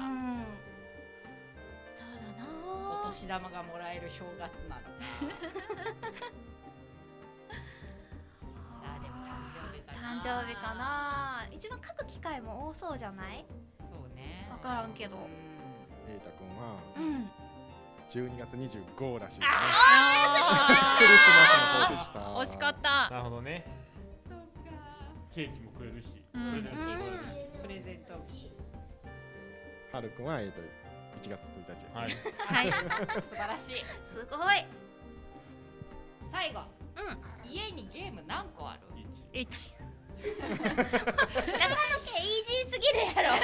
そうだな。 お年玉がもらえる正月なのか。あ、でも誕生日かな。 誕生日かな。一番書く機会も多そうじゃない？ そうね。 わからんけど。 瑛太くんは。 うん。 じゅうにがつにじゅうごらしいですね。 ああ、クリスマスの方でした。 惜しかった。 なるほどね。 そうか。 ケーキも食えるし、 うん、 プレゼントも食えるし。 プレゼント。 はるくんはえっといちがつついたちですね。 はい。はい、 素晴らしい。 すごい。 最後。 うん。 家にゲーム何個ある？ いち。 長野県イージーすぎるやろ。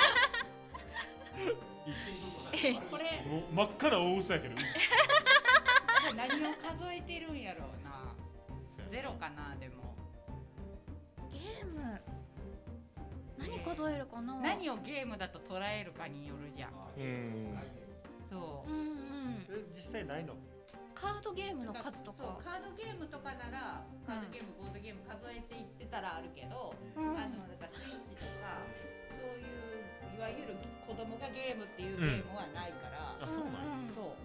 これもう真っ赤な大嘘やけど。 何を数えてるんやろうな。ゼロかなでも。 ゲーム。何数えるかな。 何をゲームだと捉えるかによるじゃん。 うん。 そう。 うんうん。 え、実際ないの？ カードゲームの数とか。 カードゲームとかなら、カードゲーム、ボードゲーム数えていってたらあるけど、 うん、 あのだからスイッチとかそういういわゆる子供がゲームっていうゲームはないから。 あ、そうなんや。 そう。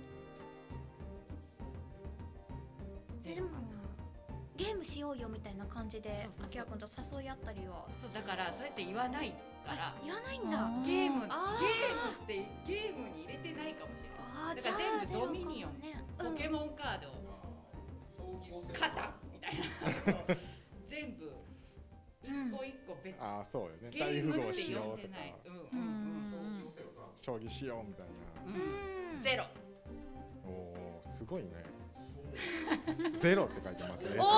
でもゲームしようよみたいな感じであきらくんと誘い合ったりは。 そうだからそうやって言わないから。 言わないんだ。 ゲームゲームってゲームに入れてないかもしれない。だから全部ドミニオン、ポケモンカード、カタンみたいな全部一個一個別。 ああ、そうよね。 ゲームってしよ呼んでない。うんうんうん。 将棋しようみたいな。 ゼロ。 おお、すごいね。ゼロって書いてますね。 おお。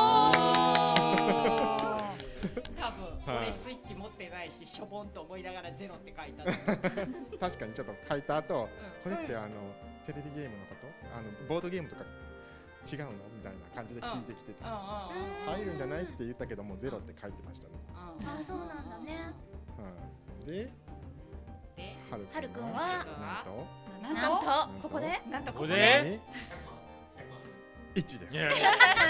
多分俺スイッチ持ってないししょぼんと思いながらゼロって書いた。 確かにちょっと書いた後、これってあのテレビゲームのこと、あのボードゲームとか違うのみたいな感じで聞いてきてた。入るんじゃないって言ったけどもゼロって書いてましたね。 あ、そうなんだね。 で、 はるくんはなんとなんとここでなんとここでいちです。 イエーイ。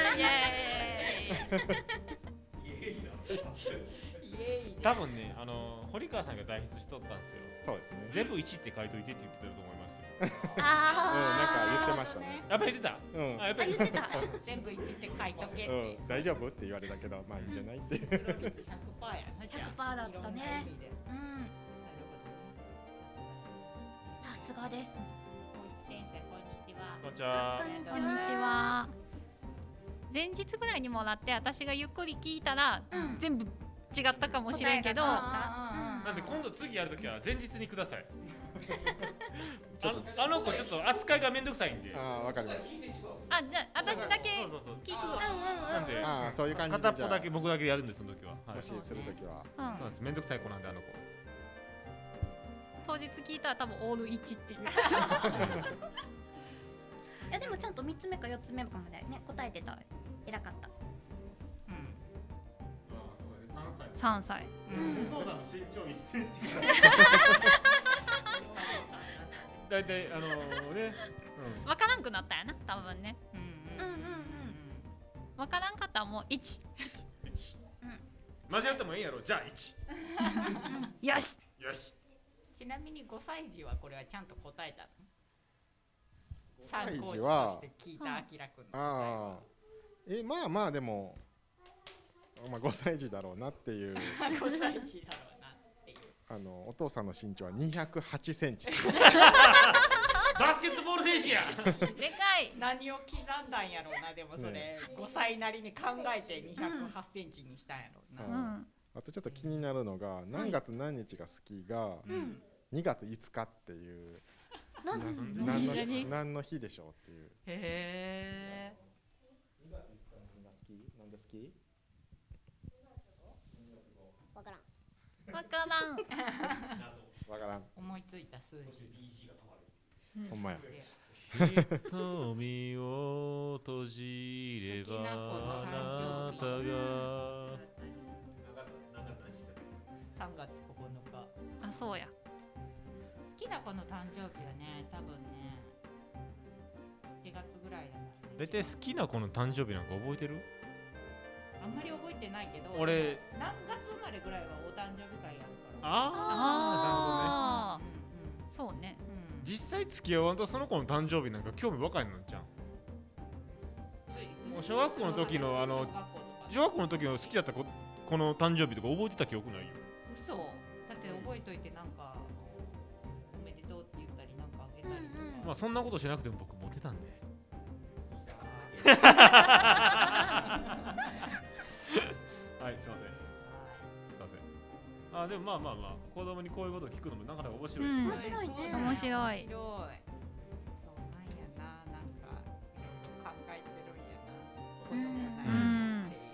多分ね、あの堀川さんが代筆しとったんですよ。 そうですね。 全部いちって書いといてって言ってると思いますよ。 ああ、なんか言ってましたね。 やっぱ言ってた。 うん。 あ、やっぱ言ってた。 全部いちって書いとけって。 うん、大丈夫って言われたけど、まあいいんじゃないって。 ひゃくパーセントやな。 ひゃくパーセントだったね。うん。さすがです。 先生こんにちは。 こんにちは。 こんにちこんにちは。前日ぐらいにもらって私がゆっくり聞いたら、うん、全部違ったかもしれんけど、 なんで今度次やるときは前日にください。あ, あの子ちょっと扱いがめんどくさいんで。 ああ、わかりました。 あ、じゃあ私だけ聞くわ。 なんで、 ああ、そういう感じで片っぽだけ僕だけやるんですその時は。 もしする時は。 そうです。めんどくさい子なんであの子。 当日聞いたら多分オールいちっていう。いやでもちゃんとみっつめかよっつめかまでね答えてた。偉かった。 うん。ああ、そうです。 さんさい。 お父さんの身長いっセンチ。だいたいあのね。 わからんくなったやな多分ね。 うんうんうん。 わからんかったらもういち。 間違ってもいいやろ。じゃあいち。 よし。 よし。 ちなみにごさい児はこれはちゃんと答えたの？参考値として聞いたあきらくんの答えは。 え、まあまあでも、まあごさい児だろうなっていう。 ごさい児だろうなっていう。 あのお父さんの身長はにひゃくはちセンチ。 バスケットボール選手や。 でかい。 何を刻んだんやろうな。でもそれ、ね、ごさいなりに考えてにひゃくはちセンチにしたんやろうな。 うん、あとちょっと気になるのが、何月何日が好きが、うん、にがついつかっていう。何の何の日でしょうっていう。 へえ。 にがついつか何が好き？なんで好き？ わからん。 わからん。 わからん。 思いついた数字。 ほんまや。 瞳を閉じればあなたが。 さんがつここのか。 あ、そうや。 好きな子の誕生日はね、多分ね、しちがつぐらいだな。 だいたい好きな子の誕生日なんか覚えてる？ あんまり覚えてないけど、 俺何月生まれぐらいはお誕生日会やるから。 ああ、 なるほどね。そうね。 実際付き合わんとその子の誕生日なんか興味若いのじゃん。もう小学校の時のあの小学校の時の好きだった子この誕生日とか覚えてた記憶ないよ。 嘘。だって覚えといてなんかおめでとうって言ったりなんかあげたりとか。 まあそんなことしなくても僕モテたんで。はい、すいません。あ、でもまあまあまあ子供にこういうことを聞くのもなかなか面白いですね。 面白いね。 面白い。 そうなんやな、なんか考えてるんやな。子供なんていう。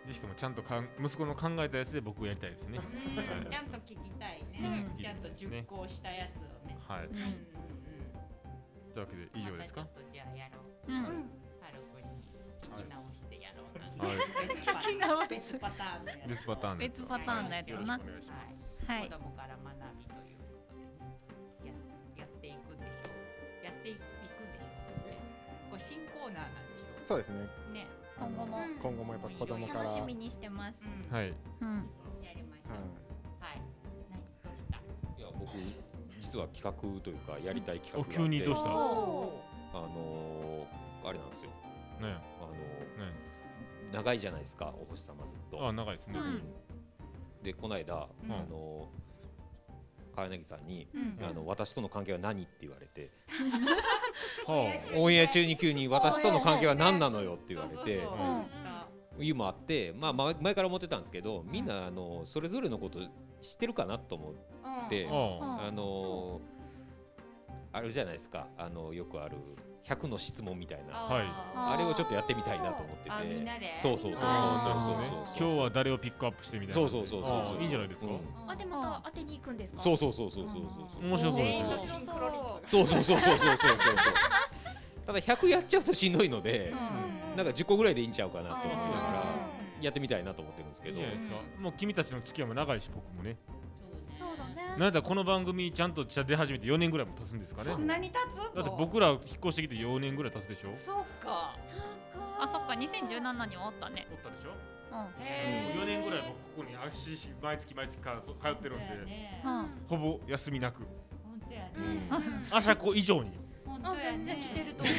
ぜひともちゃんとかん息子の考えたやつで僕をやりたいですね。 ちゃんと聞きたいね。ちゃんと熟考したやつをね。 はい。というわけで以上ですか。 ちょっとじゃあやろう。 うん。 はるくんに聞き直してやろうな。 はい。 聞き直す。別パターンのやつ。 別パターン。 別パターンのやつな。 はい。子供から学びということでね。ややっていくんでしょう。やっていくんでしょうね。これ新コーナーなんでしょう。 そうですね。 ね。 今後も今後もやっぱ子供から楽しみにしてます。 はい。 うん。 やりましょう。はい。何どうした？ いや僕実は企画というかやりたい企画があって。 急にどうした？ あのあれなんですよ。 ね。 あのね。 長いじゃないですかお星様ずっと。 あ、長いですね。 でこの間あの川柳さんにあの私との関係は何って言われて。オンエア中に急に私との関係は何なのよって言われていうもあって、まあ前から思ってたんですけど、みんなあのそれぞれのこと知ってるかなと思ってあのあるじゃないですか、あのよくあるひゃくの質問みたいな、あれをちょっとやってみたいなと思ってて、そうそうそうそうそう今日は誰をピックアップしてみたいな、 そうそうそうそういいんじゃないですか。 あ、でまた当てに行くんですか。 そうそうそうそうそうそう面白そうですね。 そうそうそうそうそうそうそう。ただひゃくやっちゃうとしんどいので、なんかじゅっこぐらいでいいんちゃうかなと思ってますからやってみたいなと思ってるんですけど。 いいじゃないですか。もう君たちの付き合いも長いし僕もね。 そうだね。 なんだこの番組ちゃんと出始めてよねんぐらいも経つんですかね。 そんなに経つ？ だって僕ら引っ越してきてよねんぐらい経つでしょ。 そうか。 そうか。 あ、そっか。にせんじゅうななにはおったね。 おったでしょ。 うん。 へえ。よねんぐらい僕ここに足し毎月毎月通ってるんで、ほぼ休みなく。 本当やね。 あしゃこ以上に。 あ、全然来てると思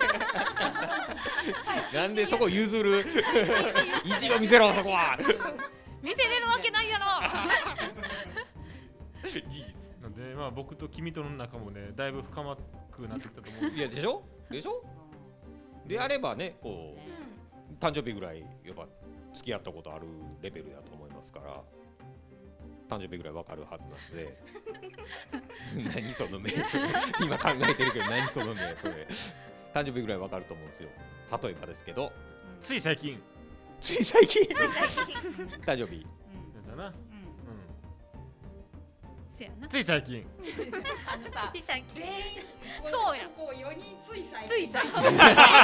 う。なんでそこ譲る？意地を見せろそこは。 見せれるわけないやろ。 なんでまあ僕と君との仲もねだいぶ深まくなってきたと思う。 いやでしょでしょ、うん、であればねこう、うん、誕生日ぐらいやっぱ付き合ったことあるレベルだと思いますから誕生日ぐらいわかるはずなので何その目今考えてるけど何その目それ誕生日ぐらいわかると思うんですよ。例えばですけどつい最近つい最近誕生日だな、 つい最近あのさ全員そうやこうよにんつい最近つい最近す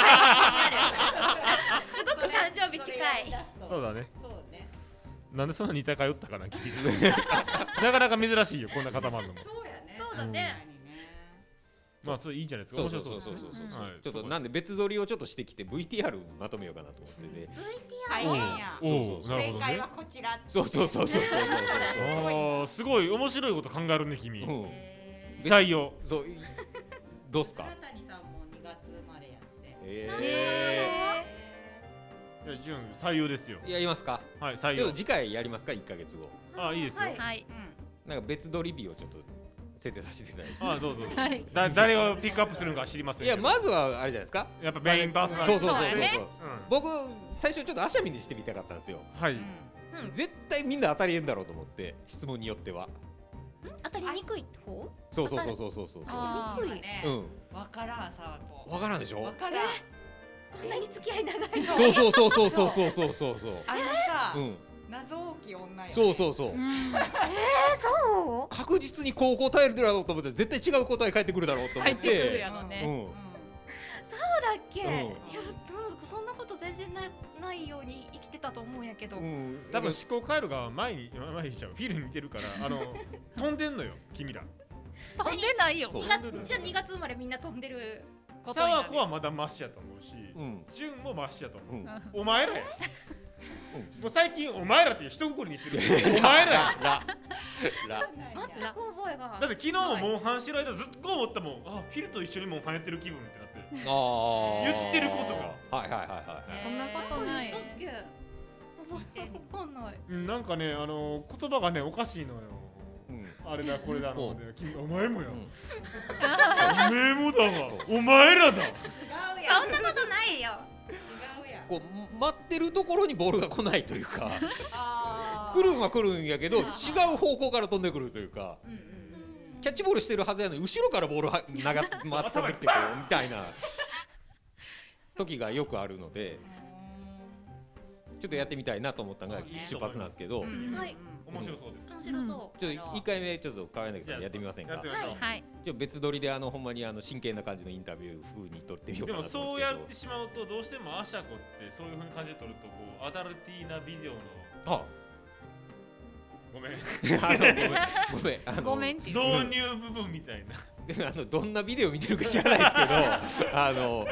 ごく誕生日近い。 そうだね。 そうね。 なんでそんな似たかよったかな君なかなか珍しいよこんな固まるのも。 そうやね。 そうだね。 まあそれいいんじゃないですか。面白そうそうそうそうそう、 はい、 ちょっとなんで別撮りをちょっとしてきて ブイティーアール まとめようかなと思ってね。 ブイテ大変や。 おお、なるほどね。 正解はこちら。 そうそうそうそうそうそうああ、すごい面白いこと考えるね君。 うん、 採用。 そうどうすか。 村谷さんもにがつ生まれやって。 ええ。いや、じゅん採用ですよ。 やりますか。 はい、採用。 ちょっと次回やりますかいっかげつご。 ああ、いいですよ。 はい。 なんか別撮り日をちょっと設定させていただいて。 ああ、どうぞ。だ誰をピックアップするのか知りません。 いやまずはあれじゃないですか。 やっぱメインパーソナリティ。 そうそうそうそう。僕最初ちょっとアシャミにしてみたかったんですよ。 はい。 絶対みんな当たりえんだろうと思って質問によっては。 当たりにくい方？ そうそうそうそうそうそう。 ああ、ね。 うん。 わからんさこう。 わからんでしょ。 わからん。 こんなに付き合い長いの。 そうそうそうそうそうそうそうそうそう。 あのさ、 うん。 謎多き女よ。 そうそうそう。ええそう？ 確実にこう答えるだろうと思って絶対違う答え返ってくるだろうと思って。 返ってくるやろね。 うん。 そうだっけ？いやそんなこと全然ないないように生きてたと思うんやけど。 多分思考回路が前に前にしちゃうフィルに似てるからあの飛んでんのよ君ら。 飛んでないよ。 じゃあにがつ生まれみんな飛んでる。 サワコはまだマシやと思うし、ジュンもマシやと思う。お前らや。もう最近お前らっていう一括りにしてる。お前らや。 ララ全く覚えが。 だって昨日もモンハンしてる間ずっと思ったもん。あ、フィルと一緒にモンハンやってる気分ってなって。言ってることが。 はいはいはいはい。 そんなことない。 だっけ？わかんない。 なんかねあの言葉がねおかしいのよ。あれだこれだので君お前もや。お前もだわ。お前らだ。 そんなことないよ。 こう待ってるところにボールが来ないというか来るんは来るんやけど違う方向から飛んでくるというかキャッチボールしてるはずやのに後ろからボールが投げ回ってきてこうみたいな時がよくあるのでちょっとやってみたいなと思ったのが出発なんですけど。 面白そうです。 面白そう。 ちょっと一回目ちょっと川柳さんやってみませんか。 はい。 じゃ別撮りであのほんまにあの真剣な感じのインタビュー風に撮ってみようかなと思うんですけど。 でもそうやってしまうとどうしてもアシャコってそういう風に感じで撮るとこうアダルティーなビデオの。 あ。 ごめん。 あのごめんごめんあのごめん。 導入部分みたいな。 あのどんなビデオ見てるか知らないですけどあの。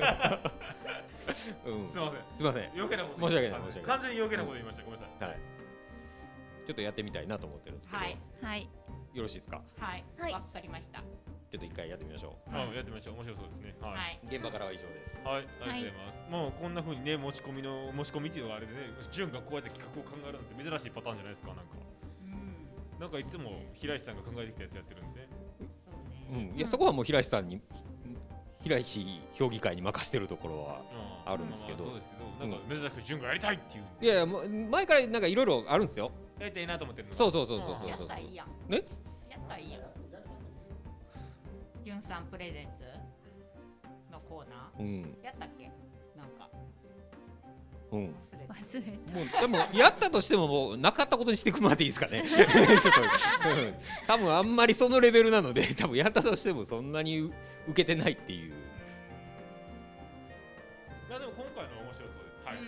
うん。すみません。 すみません。 余計なこと。 申し訳ない申し訳ない。 完全に余計なこと言いました。ごめんなさい。 はい。ちょっとやってみたいなと思ってるんですけど、 はいはい、 よろしいですか。 はい、はい、わかりました。 ちょっと一回やってみましょう。 はい、やってみましょう。面白そうですね。はい。 現場からは以上です。 はい、ありがとうございます。もうこんな風にね持ち込みの持ち込みっていうのがあれでね、潤がこうやって企画を考えるなんて珍しいパターンじゃないですかなんか。うん。なんかいつも平石さんが考えてきたやつやってるんで。 うん、いやそこはもう平石さんに平石評議会に任せてるところはあるんですけど。 そうですけど、なんか珍しく潤がやりたいっていう。 いやいやもう前からなんかいろいろあるんですよ。 やりたいなと思ってるの。 そうそうそうそうそう。 やったらいいやん。 ね？ やったらいいやん。潤さんプレゼンツのコーナー。うん。やったっけ？なんか。 うん。 忘れた。 もうでもやったとしてももうなかったことにしてくまでいいですかね。ちょっと、うん、多分あんまりそのレベルなので多分やったとしてもそんなに受けてないっていう。 いやでも今回の面白そうです。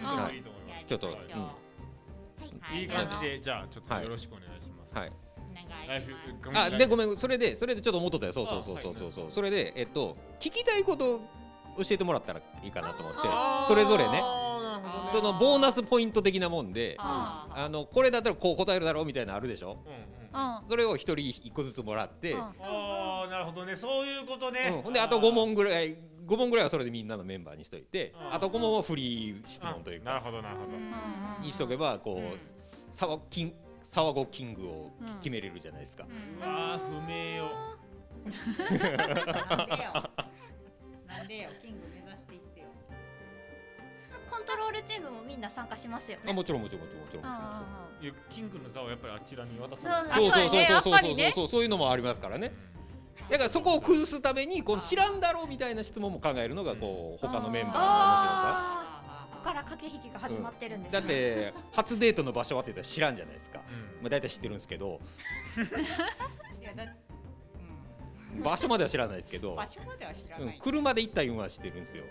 はい。はい、いいと思います。 ちょっと。うんいい感じでじゃあちょっとよろしくお願いします。 はい。 お願いします。あでごめんそれでそれでちょっと思っとったよ。そうそうそうそうそうそう。それでえっと聞きたいこと教えてもらったらいいかなと思ってそれぞれねそのボーナスポイント的なもんであのこれだったらこう答えるだろうみたいなのあるでしょ。それを一人一個ずつもらって。 ああなるほどねそういうことね。 ほんであとご問ぐらい。ご問ぐらいはそれでみんなのメンバーにしといて、あとご問はフリー質問というか、 なるほどなるほど。 にしとけばこうサワキンサワゴキングを決めれるじゃないですか。 ああ不明よ。 なんでよなんでよキング目指していってよ。 コントロールチームもみんな参加しますよね。 もちろんもちろんもちろんもちろんもちろん。 いやキングの座をやっぱりあちらに渡す。 そうそうそうそうそうそうそういうのもありますからね。だからそこを崩すためにこの知らんだろうみたいな質問も考えるのがこう他のメンバーの面白さ。 ここから駆け引きが始まってるんです、 ねうん、だって初デートの場所はって言ったら知らんじゃないですか、うん、まあ大体知ってるんですけどいやだ、うん、場所までは知らないですけど場所までは知らない、 うん、車で行ったのは知ってるんですよ。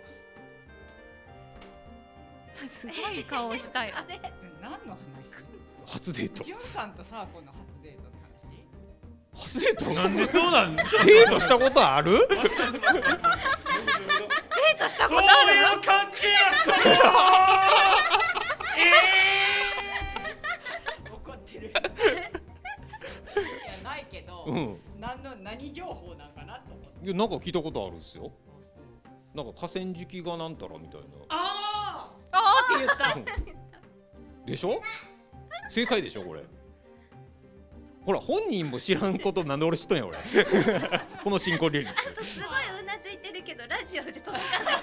すごい顔したい。 あれ何の話？ 初デート。 ジュンさんとサーコの初デートの話？ 初デート？ なんでそうなん？デートしたことある？デートしたことある？ そういう関係やったよ。 えー、怒ってる。いやないけど、うん、何の何情報なんかなと思って。 いやなんか聞いたことあるんですよ。なんか河川敷がなんたらみたいな。 ああああって言った。 でしょ？正解でしょこれ。ほら本人も知らんことなんで俺知っとんや俺。この進行履歴。 すごいうなずいてるけどラジオじゃ届かない。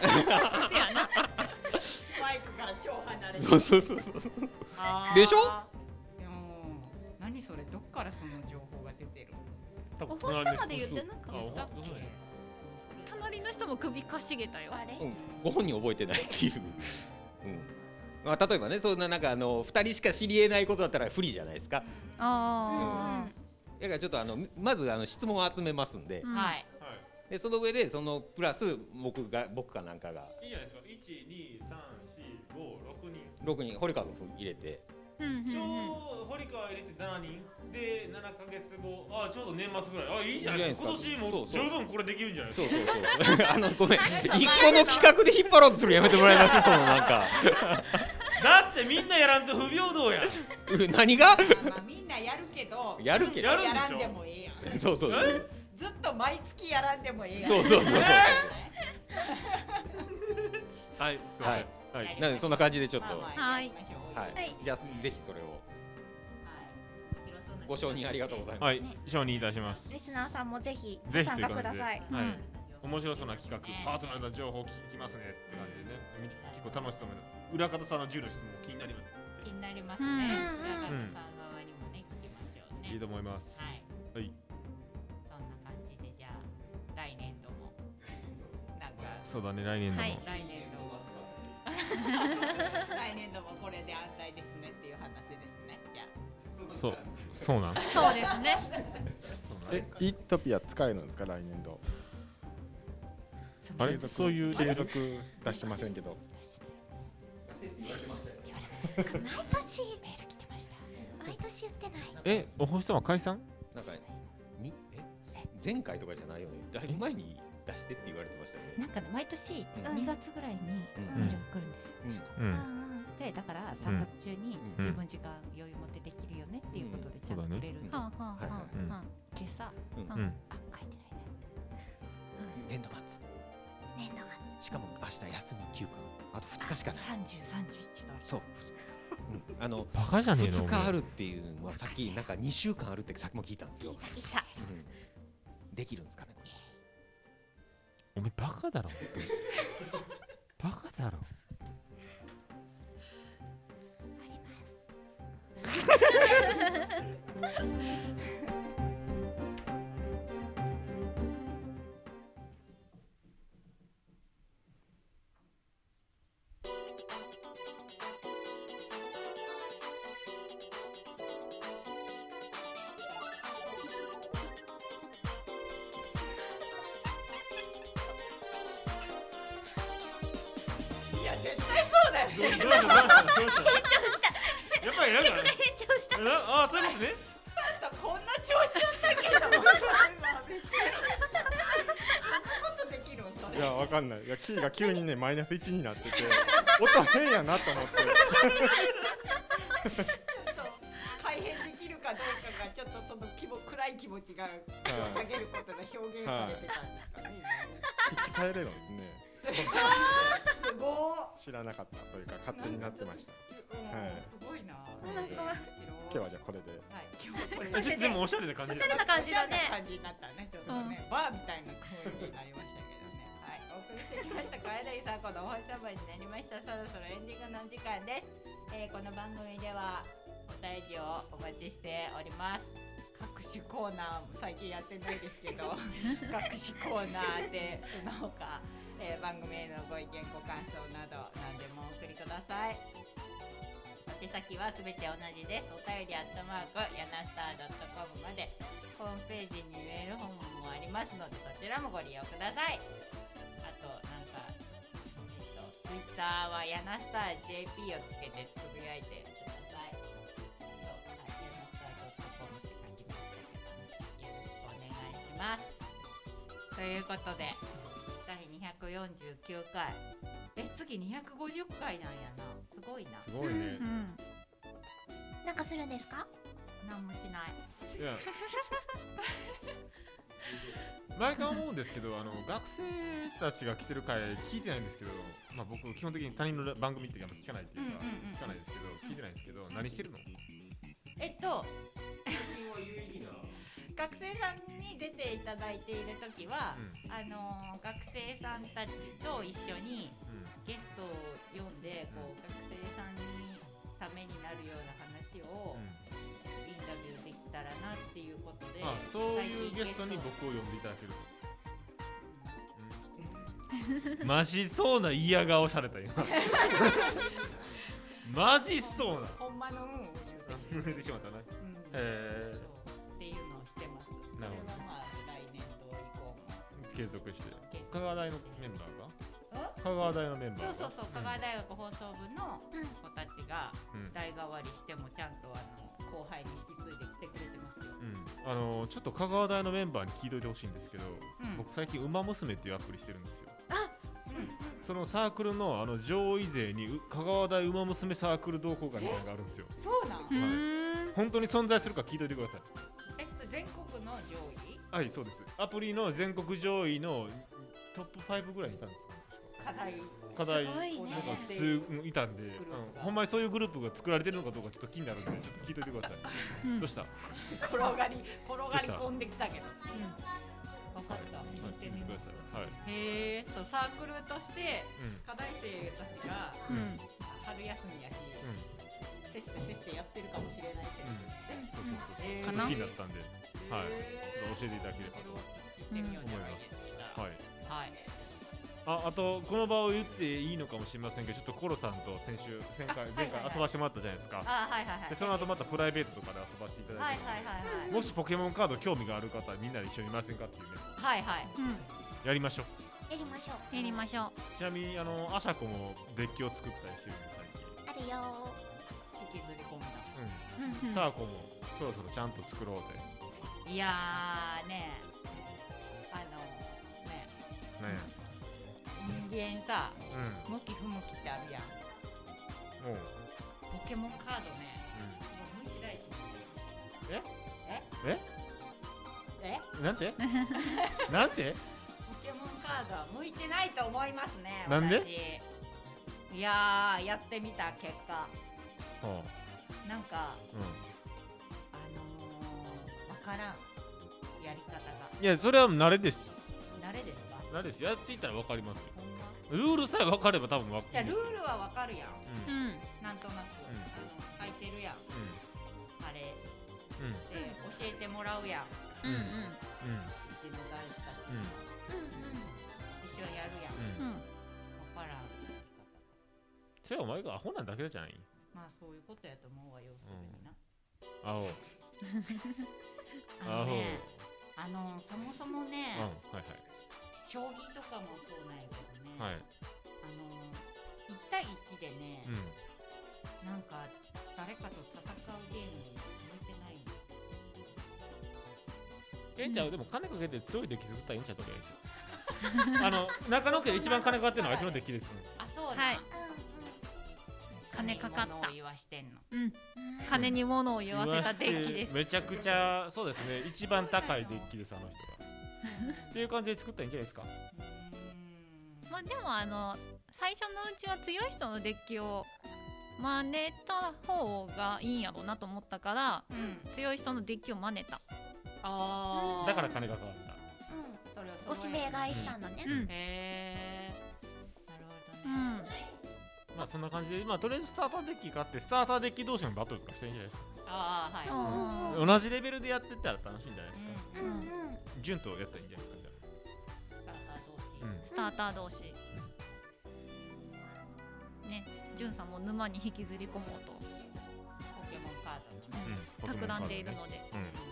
マイクから超離れて。 そうそうそうそう。でしょ？ でも何それどっからその情報が出てる？ お星様で言ってなかったっけ？ 隣の人も首かしげたよ。あれ？ うん、ご本人覚えてないっていう。うんまあ、例えばね、そんななんかあのふたりしか知り得ないことだったら不利じゃないですか。ああ、うん。だからちょっとあのまずあの質問を集めますんで、うん、はい。でその上でそのプラス僕が僕かなんかがいいじゃないですか。いち、に、さん、し、ご、ろくにん。 ろくにん堀川君入れて。 ちょうど堀川入れてしちにんでななかげつご、あちょうど年末ぐらい、あいいじゃないですか。今年も十分これできるんじゃないですか。 そうそうそう。あのごめん、一個の企画で引っ張ろうとするやめてもらえます？そのなんか。 だってみんなやらんと不平等や。 何が？ まあみんなやるけど。 やるけど。 やらんでもいいやん。 そうそう。 ずっと毎月やらんでもいいやん。 そうそうそうそう。 はい。 はい。はい。なのでそんな感じでちょっと。 はい。 はい、じゃあぜひそれをご承認ありがとうございます。 はい、承認いたします。 リスナーさんもぜひご参加ください。 はい、面白そうな企画、パーソナルな情報聞きますねって感じでね、結構楽しそうな。裏方さんのじゅうの質問気になります。 気になりますね。裏方さん側にもね聞きましょうね。 いいと思います。はい。 そんな感じでじゃあ来年度もなんかそうだね来年度も。 来年度も。来年度もこれで安泰ですねっていう話ですね。じゃあ。 そう、そうなん。 そうですね。 え、イートピア使えるんですか来年度？ あれ、そういう継続出してませんけど。 毎年メール来てました。毎年言ってない。 え、お星様解散？ なんかにえ前回とかじゃないよね。だいぶ前に。出してって言われてましたね。 なんかね毎年にがつぐらいにメールが来るんですよ。でだからさんがつ中に十分時間余裕持ってできるよねっていうことでちゃんとくれる。今朝あ書いてないね。 年度末。 年度末。 しかも明日休み休暇あとふつかしかない。 三十三十一と。 そう。あのバカじゃねえの。 ふつかあるっていうのはさっきなんかにしゅうかんあるってさっきも聞いたんですよ。 聞いた。 できるんですかね。 お前バカだろ。バカだろ。 あります。 どうしたどうしたどうした返聴した。 やっぱりなんか曲が返聴した。 ああそういうことね。 あんたこんな調子だったけど。そんなことできるんそれ。 いやわかんない。いやキーが急にねマイナスいちになってて音変やなと思って。ちょっと改変できるかどうかがちょっとその気も暗い気持ちが下げることが表現されてたんですかね。 ピッチ変えれるんですね。 すごい。 知らなかったというか勝手になってました。 はい。すごいな。 今日はじゃあこれで。 はい。今日はこれで。 でもおしゃれな感じ。 おしゃれな感じだね。 感じになったねちょっとね。 バーみたいな雰囲気になりましたけどね。はい、お送りしてきました小柳さんこのお星様になりました。そろそろエンディングの時間です。えー、この番組ではお便りをお待ちしております。各種コーナー最近やってないですけど各種コーナーでその他、えー、番組へのご意見ご感想など何でもお送りください。宛先はすべて同じです。お便りアットマークヤナスター .com まで。ホームページにメールフォームもありますのでそちらもご利用ください。あとなんか、えっと、ツイッターはヤナスター ジェーピー をつけてつぶやいてください。ますということでだいにひゃくよんじゅうきゅうかいえ次にひゃくごじゅっかいなんやな。すごいな。 すごいね、うんうん、 なんかするんですか？ なんもしない。 いや毎回思うんですけどあの学生たちが来てる回聞いてないんですけど、まあ、僕基本的に他人の番組っていうか聞かないっていうか、うんうんうん、聞かないですけど聞いてないんですけど何してるの？ えっと学生さんに出ていただいているときは、うん、あの学生さんたちと一緒にゲストを呼んで、うん、こう学生さんにためになるような話を、うん、インタビューできたらなっていうことで、 あそういうゲストに僕を呼んでいただけると、うん、マジそうな嫌顔された今マジそうなほんまの運を言ってしまったな、うん、えーそれはまあ来年度以降も継続して香川大のメンバーが香川大のメンバーがそうそうそう、香川大学放送部の子たちが代替わりしてもちゃんとあの後輩に引き継いできてくれてますよ、うん、 あのちょっと香川大のメンバーに聞いといてほしいんですけど、うん、僕最近ウマ娘っていうアプリしてるんですよ。あ、うん、そのサークルのあの上位勢に香川大ウマ娘サークル同好会みたいなのがあるんですよ。 そうなん、 はい、本当に存在するか聞いといてください。 え、全国の上位？ はいそうです。アプリの全国上位のトップファイブぐらいにいたんですか？ 課題課題なんか数いたんで、うん、ほんまにそういうグループが作られてるのかどうかちょっと気になるんでちょっと聞いといてください、うん、どうした？ 転がり転がり込んできたけど、うん、分かった、はい、聞いてみます。はい、へえ、そうサークルとして課題生たちが、うん、春休みやし、うん、せっせせっせやってるかもしれないけど、うん、そうそうそう、えー、 ちょっと気になったんで、はい、ちょっと教えていただければと思います。はい。はい。あ、あとこの場を言っていいのかもしれませんけど、ちょっとコロさんと先週前回前回遊ばしてもらったじゃないですか。 あ、はいはいはい。 でその後またプライベートとかで遊ばしていただいて、はいはいはいはい。もしポケモンカード興味がある方はみんなで一緒にいませんかっていうね。 はいはい。うん。 やりましょう。やりましょう。 やりましょう。 ちなみにあのアシャコもデッキを作ったりしてるんで最近。あるよー。引きずり込んだ。 うん。サーコもそろそろちゃんと作ろうぜ。 いやーね、あのね。 ね。 人間さ、うん、向き不向きってあるやん。もうポケモンカードね、うん、もう向いてないと思う。 ええええなんてなんてポケモンカードは向いてないと思いますね。 なんで？ いやーやってみた結果、はあ、なんか、うん、あのー、わからんやり方が。 いやそれは慣れですよ。 慣れですか？ 慣れです。やっていったらわかりますよ。ルールさえ分かれば多分分かる。 じゃあルールは分かるやん、うん、なんとなく、うん、あの書いてるやん、うん、あれ、うん、で教えてもらうやん、うんうんうん、うちの男子たち、うんうん、一緒にやるやん、うん、分からん。 それはお前がアホなんだけじゃない？ まあそういうことやと思うわ、要するにな。 アホあのね、あのそもそもね、 うん、はいはい、 将棋とかもそうなんやけどね、 はい、 あのいち対いちでね、うん、なんか誰かと戦うゲームに向いてないの。 ええんちゃう、でも金かけて強いデッキ作ったらええんちゃうとりあえずあの中野家で一番金かかってるのはあいつのデッキですね。 あ、そうだ、 はい、金かかった。 金に物を言わしてんの、 うん、金に物を言わせたデッキです。 めちゃくちゃそうですね、一番高いデッキです、あの人がっていう感じで作ったらいいんじゃないですか。 まあでもあの最初のうちは強い人のデッキを真似た方がいいんやろうなと思ったから、うん、強い人のデッキを真似た。 あだから金がかかった。 ご指名買いしたんだね。 へえ。なるほどね。 まあそんな感じで、まあとりあえずスターターデッキ買ってスターターデッキ同士のバトルとかしていいんじゃないですか。 ああはい。 同じレベルでやってったら楽しいんじゃないですか。 うんうん。 順とやったらいいんじゃないですか。 スターター同士。ね、順さんも沼に引きずり込もうと。 ポケモンカードに企んでいるので。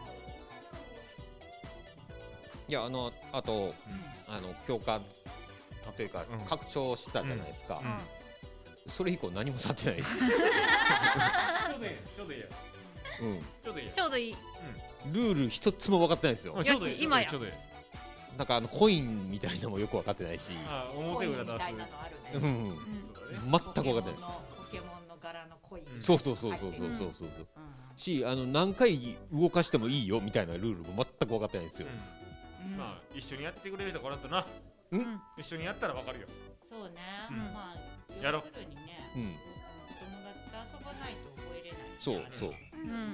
いやあのあとあの強化というか拡張したじゃないですか。それ以降何も去ってないです。 ちょうどいいちょうどいいや。 うん。 ちょうどいい。ちょうどいい。 ルール一つも分かってないですよ。 よし今や。 なんかあのコインみたいなのもよく分かってないし。 あ表裏出す。 うん。全く分かってない。 ポケモンの柄のコイン。 そうそうそうそうそうそうそう。しあの何回動かしてもいいよみたいなルールも全く分かってないんですよ。 まあ一緒にやってくれる人からだとな。一緒にやったら分かるよ。 そうね。まあ。 やろう。 友達と遊ばないと覚えれない。 そうそう。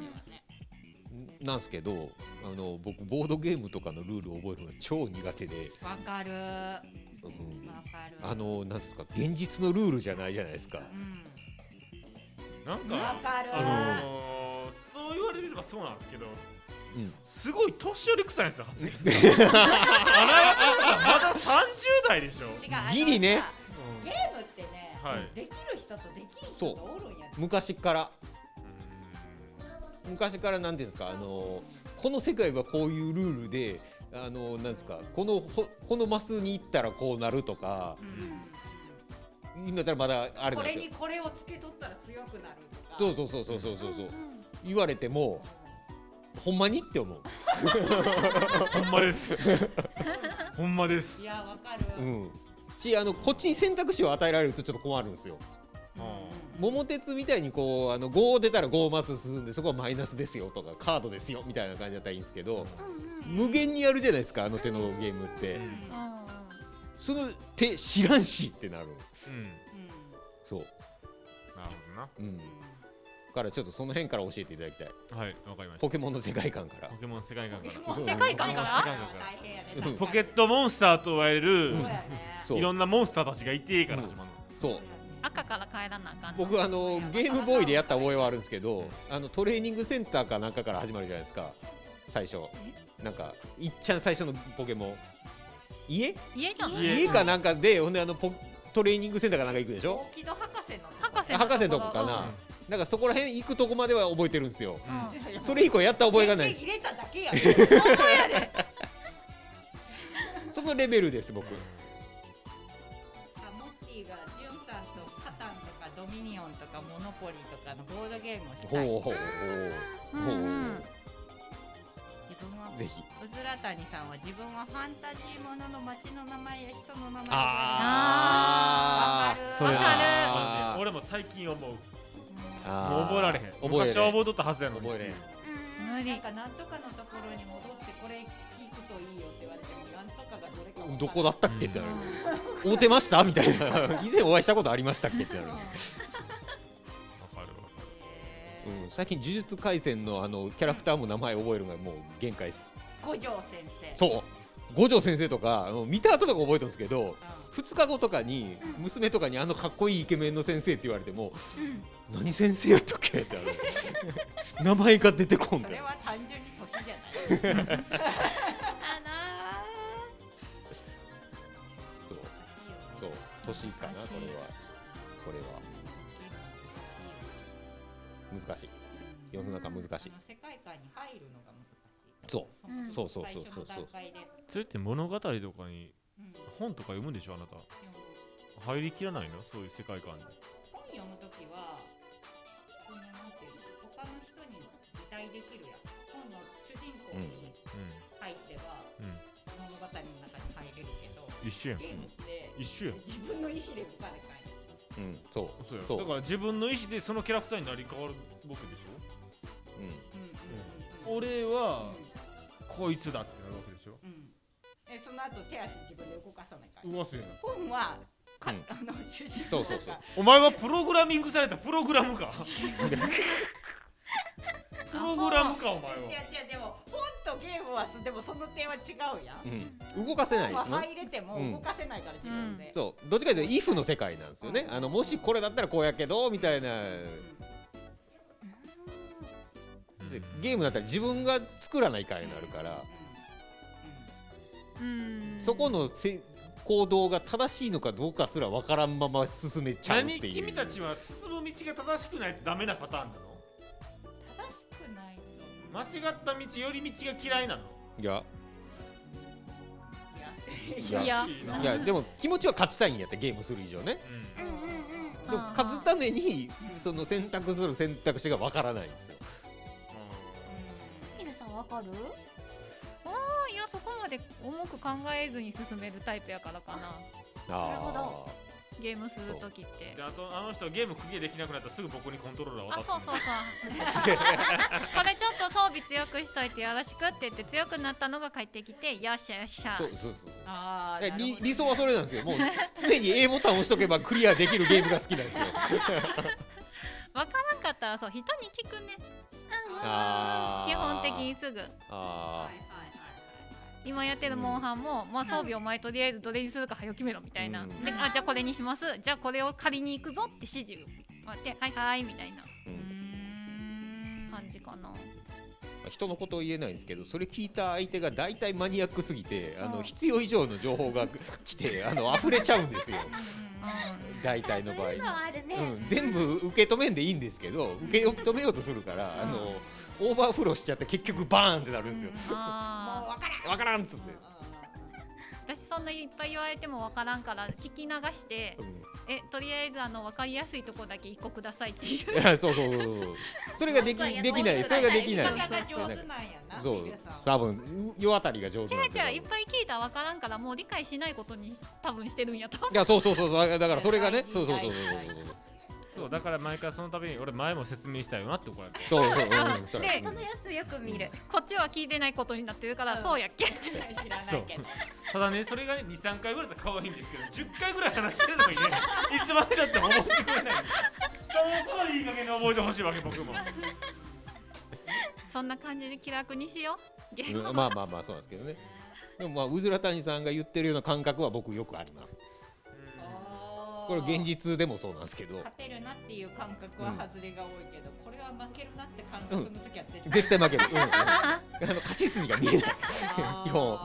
なんすけど、あの僕ボードゲームとかのルールを覚えるのが超苦手で。 わかる。わかる。あのなんですか、現実のルールじゃないじゃないですか。 なんかわかる。 あのそう言われればそうなんですけど。すごい年寄り臭いんですよ。まださんじゅう代でしょ。 ギリね。 ゲームってね、できる人とできる人がおるんや。 昔から昔からなんていうんですか、あのこの世界はこういうルールで、あのなんですか、このこのマスに行ったらこうなるとか、今だったらまだあれなんですよ。 これにこれをつけとったら強くなるとか。 そうそうそうそうそうそうそう。言われてもほんまにって思う。 ほんまです。ほんまです。 いやわかる。 うん。し、あのこっちに選択肢を与えられるとちょっと困るんですよ。桃鉄みたいにこうあのご出たらごマス進んでそこはマイナスですよとかカードですよみたいな感じだったらいいんですけど、無限にやるじゃないですか、あの手のゲームって。その手知らんしってなる。そう。 なるほどな。 うん。だからちょっとその辺から教えていただきたい。 はい、わかりました。 ポケモンの世界観から。 ポケモン世界観から。 世界観から。 ポケットモンスターと言われるいろんなモンスターたちがいてから始まるの。 そう。 赤から帰らなあかん。 僕あのゲームボーイでやった覚えはあるんですけど、あのトレーニングセンターかなんかから始まるじゃないですか。最初なんかいっちゃん最初のポケモン。家？ 家じゃない？ 家かなんかで、ほんであのポトレーニングセンターかなんか行くでしょ。 大木戸博士の博士博士のとこかな。なんかそこら辺行くとこまでは覚えてるんですよ。それ以降やった覚えがないです。 入れただけや。 そのレベルです僕。 モッティがジュンさんとカタンとかドミニオンとかモノポリとかのボードゲームをしたい。 ほうほうほうほう。 自分はぜひ。 うずらたにさんは自分はファンタジーものの街の名前や人の名前をあ覚える。わかる。 わかる。俺も最近思う。もう覚えられへん。昔は覚えとったはずやのに。 覚えれへん。 なんかなんとかのところに戻ってこれ聞くといいよって言われてもなんとかがどれかどこだったっけってなる。会うてましたみたいな。以前お会いしたことありましたっけってなる。うん、最近呪術廻戦のあのキャラクターも名前覚えるのがもう限界です。 五条先生。 そう。五条先生とか見た後とか覚えてるんですけど、ふつかごとかに娘とかにあのかっこいいイケメンの先生って言われても、何先生やったっけってある。名前が出てこんで。 それは単純に年じゃない。あら。 そうそう年かなこれはこれは。難しい。世の中難しい。 世界観に入るのが難しい。 そう、うん、そうそうそうそうそう。 それって物語とかに本とか読むんでしょあなた。入りきらないのそういう世界観に。 本読むときはそのなんていうの他の人に擬態できるやん。本の主人公に入っては、うんうん、物語の中に入れるけど。 一緒やん。 ゲームって一緒やん。 自分の意思で動かで書いて。 うん、そう。 そうや。だから自分の意思でそのキャラクターになり変わるわけでしょ。うん。俺はこいつだってなるわけでしょ。うん。 え、その後手足自分で動かさないから。 動かすよ。 本はか、うん、あの主人公が。そうそうそう。 お前はプログラミングされたプログラムか。プログラムかお前は。 違う違うでも本ととゲームはでもその点は違うやん、 うん、動かせないですね。 入れても動かせないから自分で、 うん、そうどっちかというとイフの世界なんですよね、うん、あのもしこれだったらこうやけどみたいな、うん、でゲームだったら自分が作らないかになるから、 うん、 そこのせ行動が正しいのかどうかすら分からんまま進めちゃうっていう。 何君たちは進む道が正しくないとダメなパターンなの？ 正しくないと間違った道寄り道が嫌いなの？ いやいやいやいやでも気持ちは勝ちたいんやってゲームする以上ね、うん、でも勝つためにその選択する選択肢が分からないんですよ。 ヒルさん分かる？ いやそこまで重く考えずに進めるタイプやからかな。 なるほど。 ゲームするときってであとあの人ゲームクリアできなくなったらすぐ僕にコントローラー渡す。 あそうそうそうこれちょっと装備強くしといてよろしくって言って強くなったのが返ってきてよっしゃよっしゃ。 そうそうそうあえ理理想はそれなんですよ。もう常に A ボタンを押しとけばクリアできるゲームが好きなんですよ分からんかったらそう人に聞くね、うん、基本的にすぐ。あ今やってるモンハンも、まあ、装備を前とりあえずどれにするか早決めろみたいな、うん、であじゃあこれにしますじゃあこれを借りに行くぞって指示待ってはいはいみたいな、うん、感じかな。 人のことを言えないんですけどそれ聞いた相手が大体マニアックすぎてあの必要以上の情報が来てあの溢れちゃうんですよ大体の場合、 そういうのはあるね、 うん、全部受け止めんでいいんですけど受け止めようとするからあのオーバーフローしちゃって結局バーンってなるんですよ、うん、 あもう分からん分からんっつって、 私そんないっぱい言われても分からんから聞き流して、うん、えとりあえずあの分かりやすいとこだけ一個くださいっていういやそうそうそうそうそれができできないそれができないそう多分世当たりが上手なんですよ。 違う違ういっぱい聞いたら分からんからもう理解しないことに多分してるんやと。 いやそうそうそうそうだからそれがねそうそうそうそうそうそうだから毎回その度に俺前も説明したよなって怒られてそうそうそうそうでそのやつよく見る、 うん、こっちは聞いてないことになってるから、うん、そうやっけって知らないけどただねそれがね にさんかいぐらいだったら可愛いんですけどじゅっかいぐらい話してるのにねいつまでだっても覚えてくれないんでそろそろいい加減に覚えてほしいわけ僕もそんな感じで気楽にしようゲーム、 うん、まあまあまあそうなんですけどね。でもまあうずら谷さんが言ってるような感覚は僕よくあります。これ現実でもそうなんですけど勝てるなっていう感覚は外れが多いけど、うん、これは負けるなって感覚の時は絶対、 うん、絶対負ける、うん、あの勝ち筋が見えない基本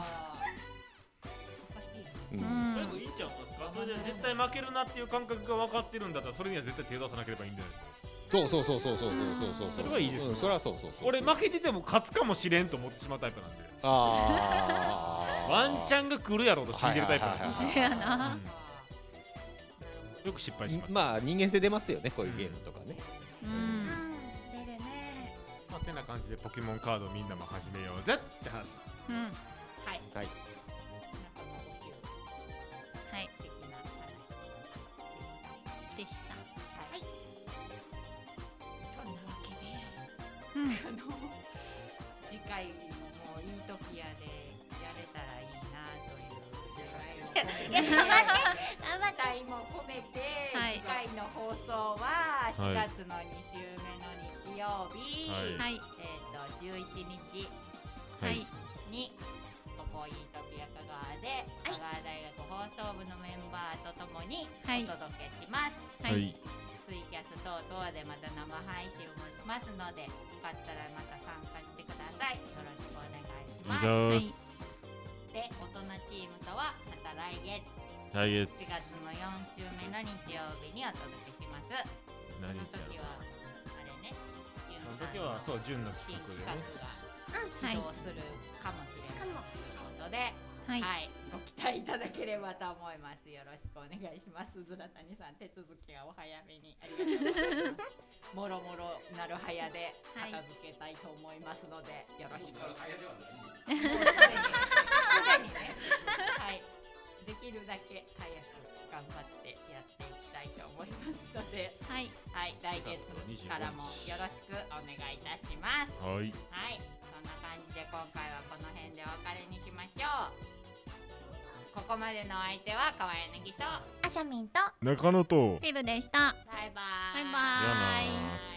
うん、でもいいんちゃいますか。それで絶対負けるなっていう感覚が分かってるんだったらそれには絶対手を出さなければいいんだよ。 そうそうそうそうそうそうそうそれはいいですよ、 うん、それはそうそうそう俺負けてても勝つかもしれんと思ってしまうタイプなんであワンチャンが来るやろうと信じるタイプなんです。 そうやな、 よく失敗します。 まあ人間性出ますよねこういうゲームとかね。 うん、うん、出るね。 まあてな感じでポケモンカードみんなも始めようぜって話。 うん。はいはい。 はい。的な話でした。 はい。そんなわけで、 うん、 あの次回もいい時やでやれたらいいなという願いを。 頑張って頑張って。 期待も込めて、はい、次回の放送はしがつのに週目の日曜日、はい、えっ、ー、とじゅういちにちに、ここいいときや香川で、香川大学放送部のメンバーとともにお届けします。 はい。 ツイキャス等々でまた生配信もしますので、よかったらまた参加してください。よろしくお願いします。 はい、 で、大人チームとはまた来月。 来月しがつのよん週目の日曜日にお届けします。その時はあれね、 その時はそう純の企画でね、 指導するかもしれないということで、はい、はい、ご期待いただければと思います。よろしくお願いします。うずら谷さん、手続きはお早めにありがとうございます。もろもろなるはやで片付けたいと思いますので、よろしく。すでにね、はい。できるだけ早く頑張ってやっていきたいと思いますので、はい、はい、来月からもよろしくお願いいたします。 はい、 はい、そんな感じで今回はこの辺でお別れにしましょう。ここまでの相手は川柳とあしゃみんと中野とフィルでした。 バイバイ。 バイバイ。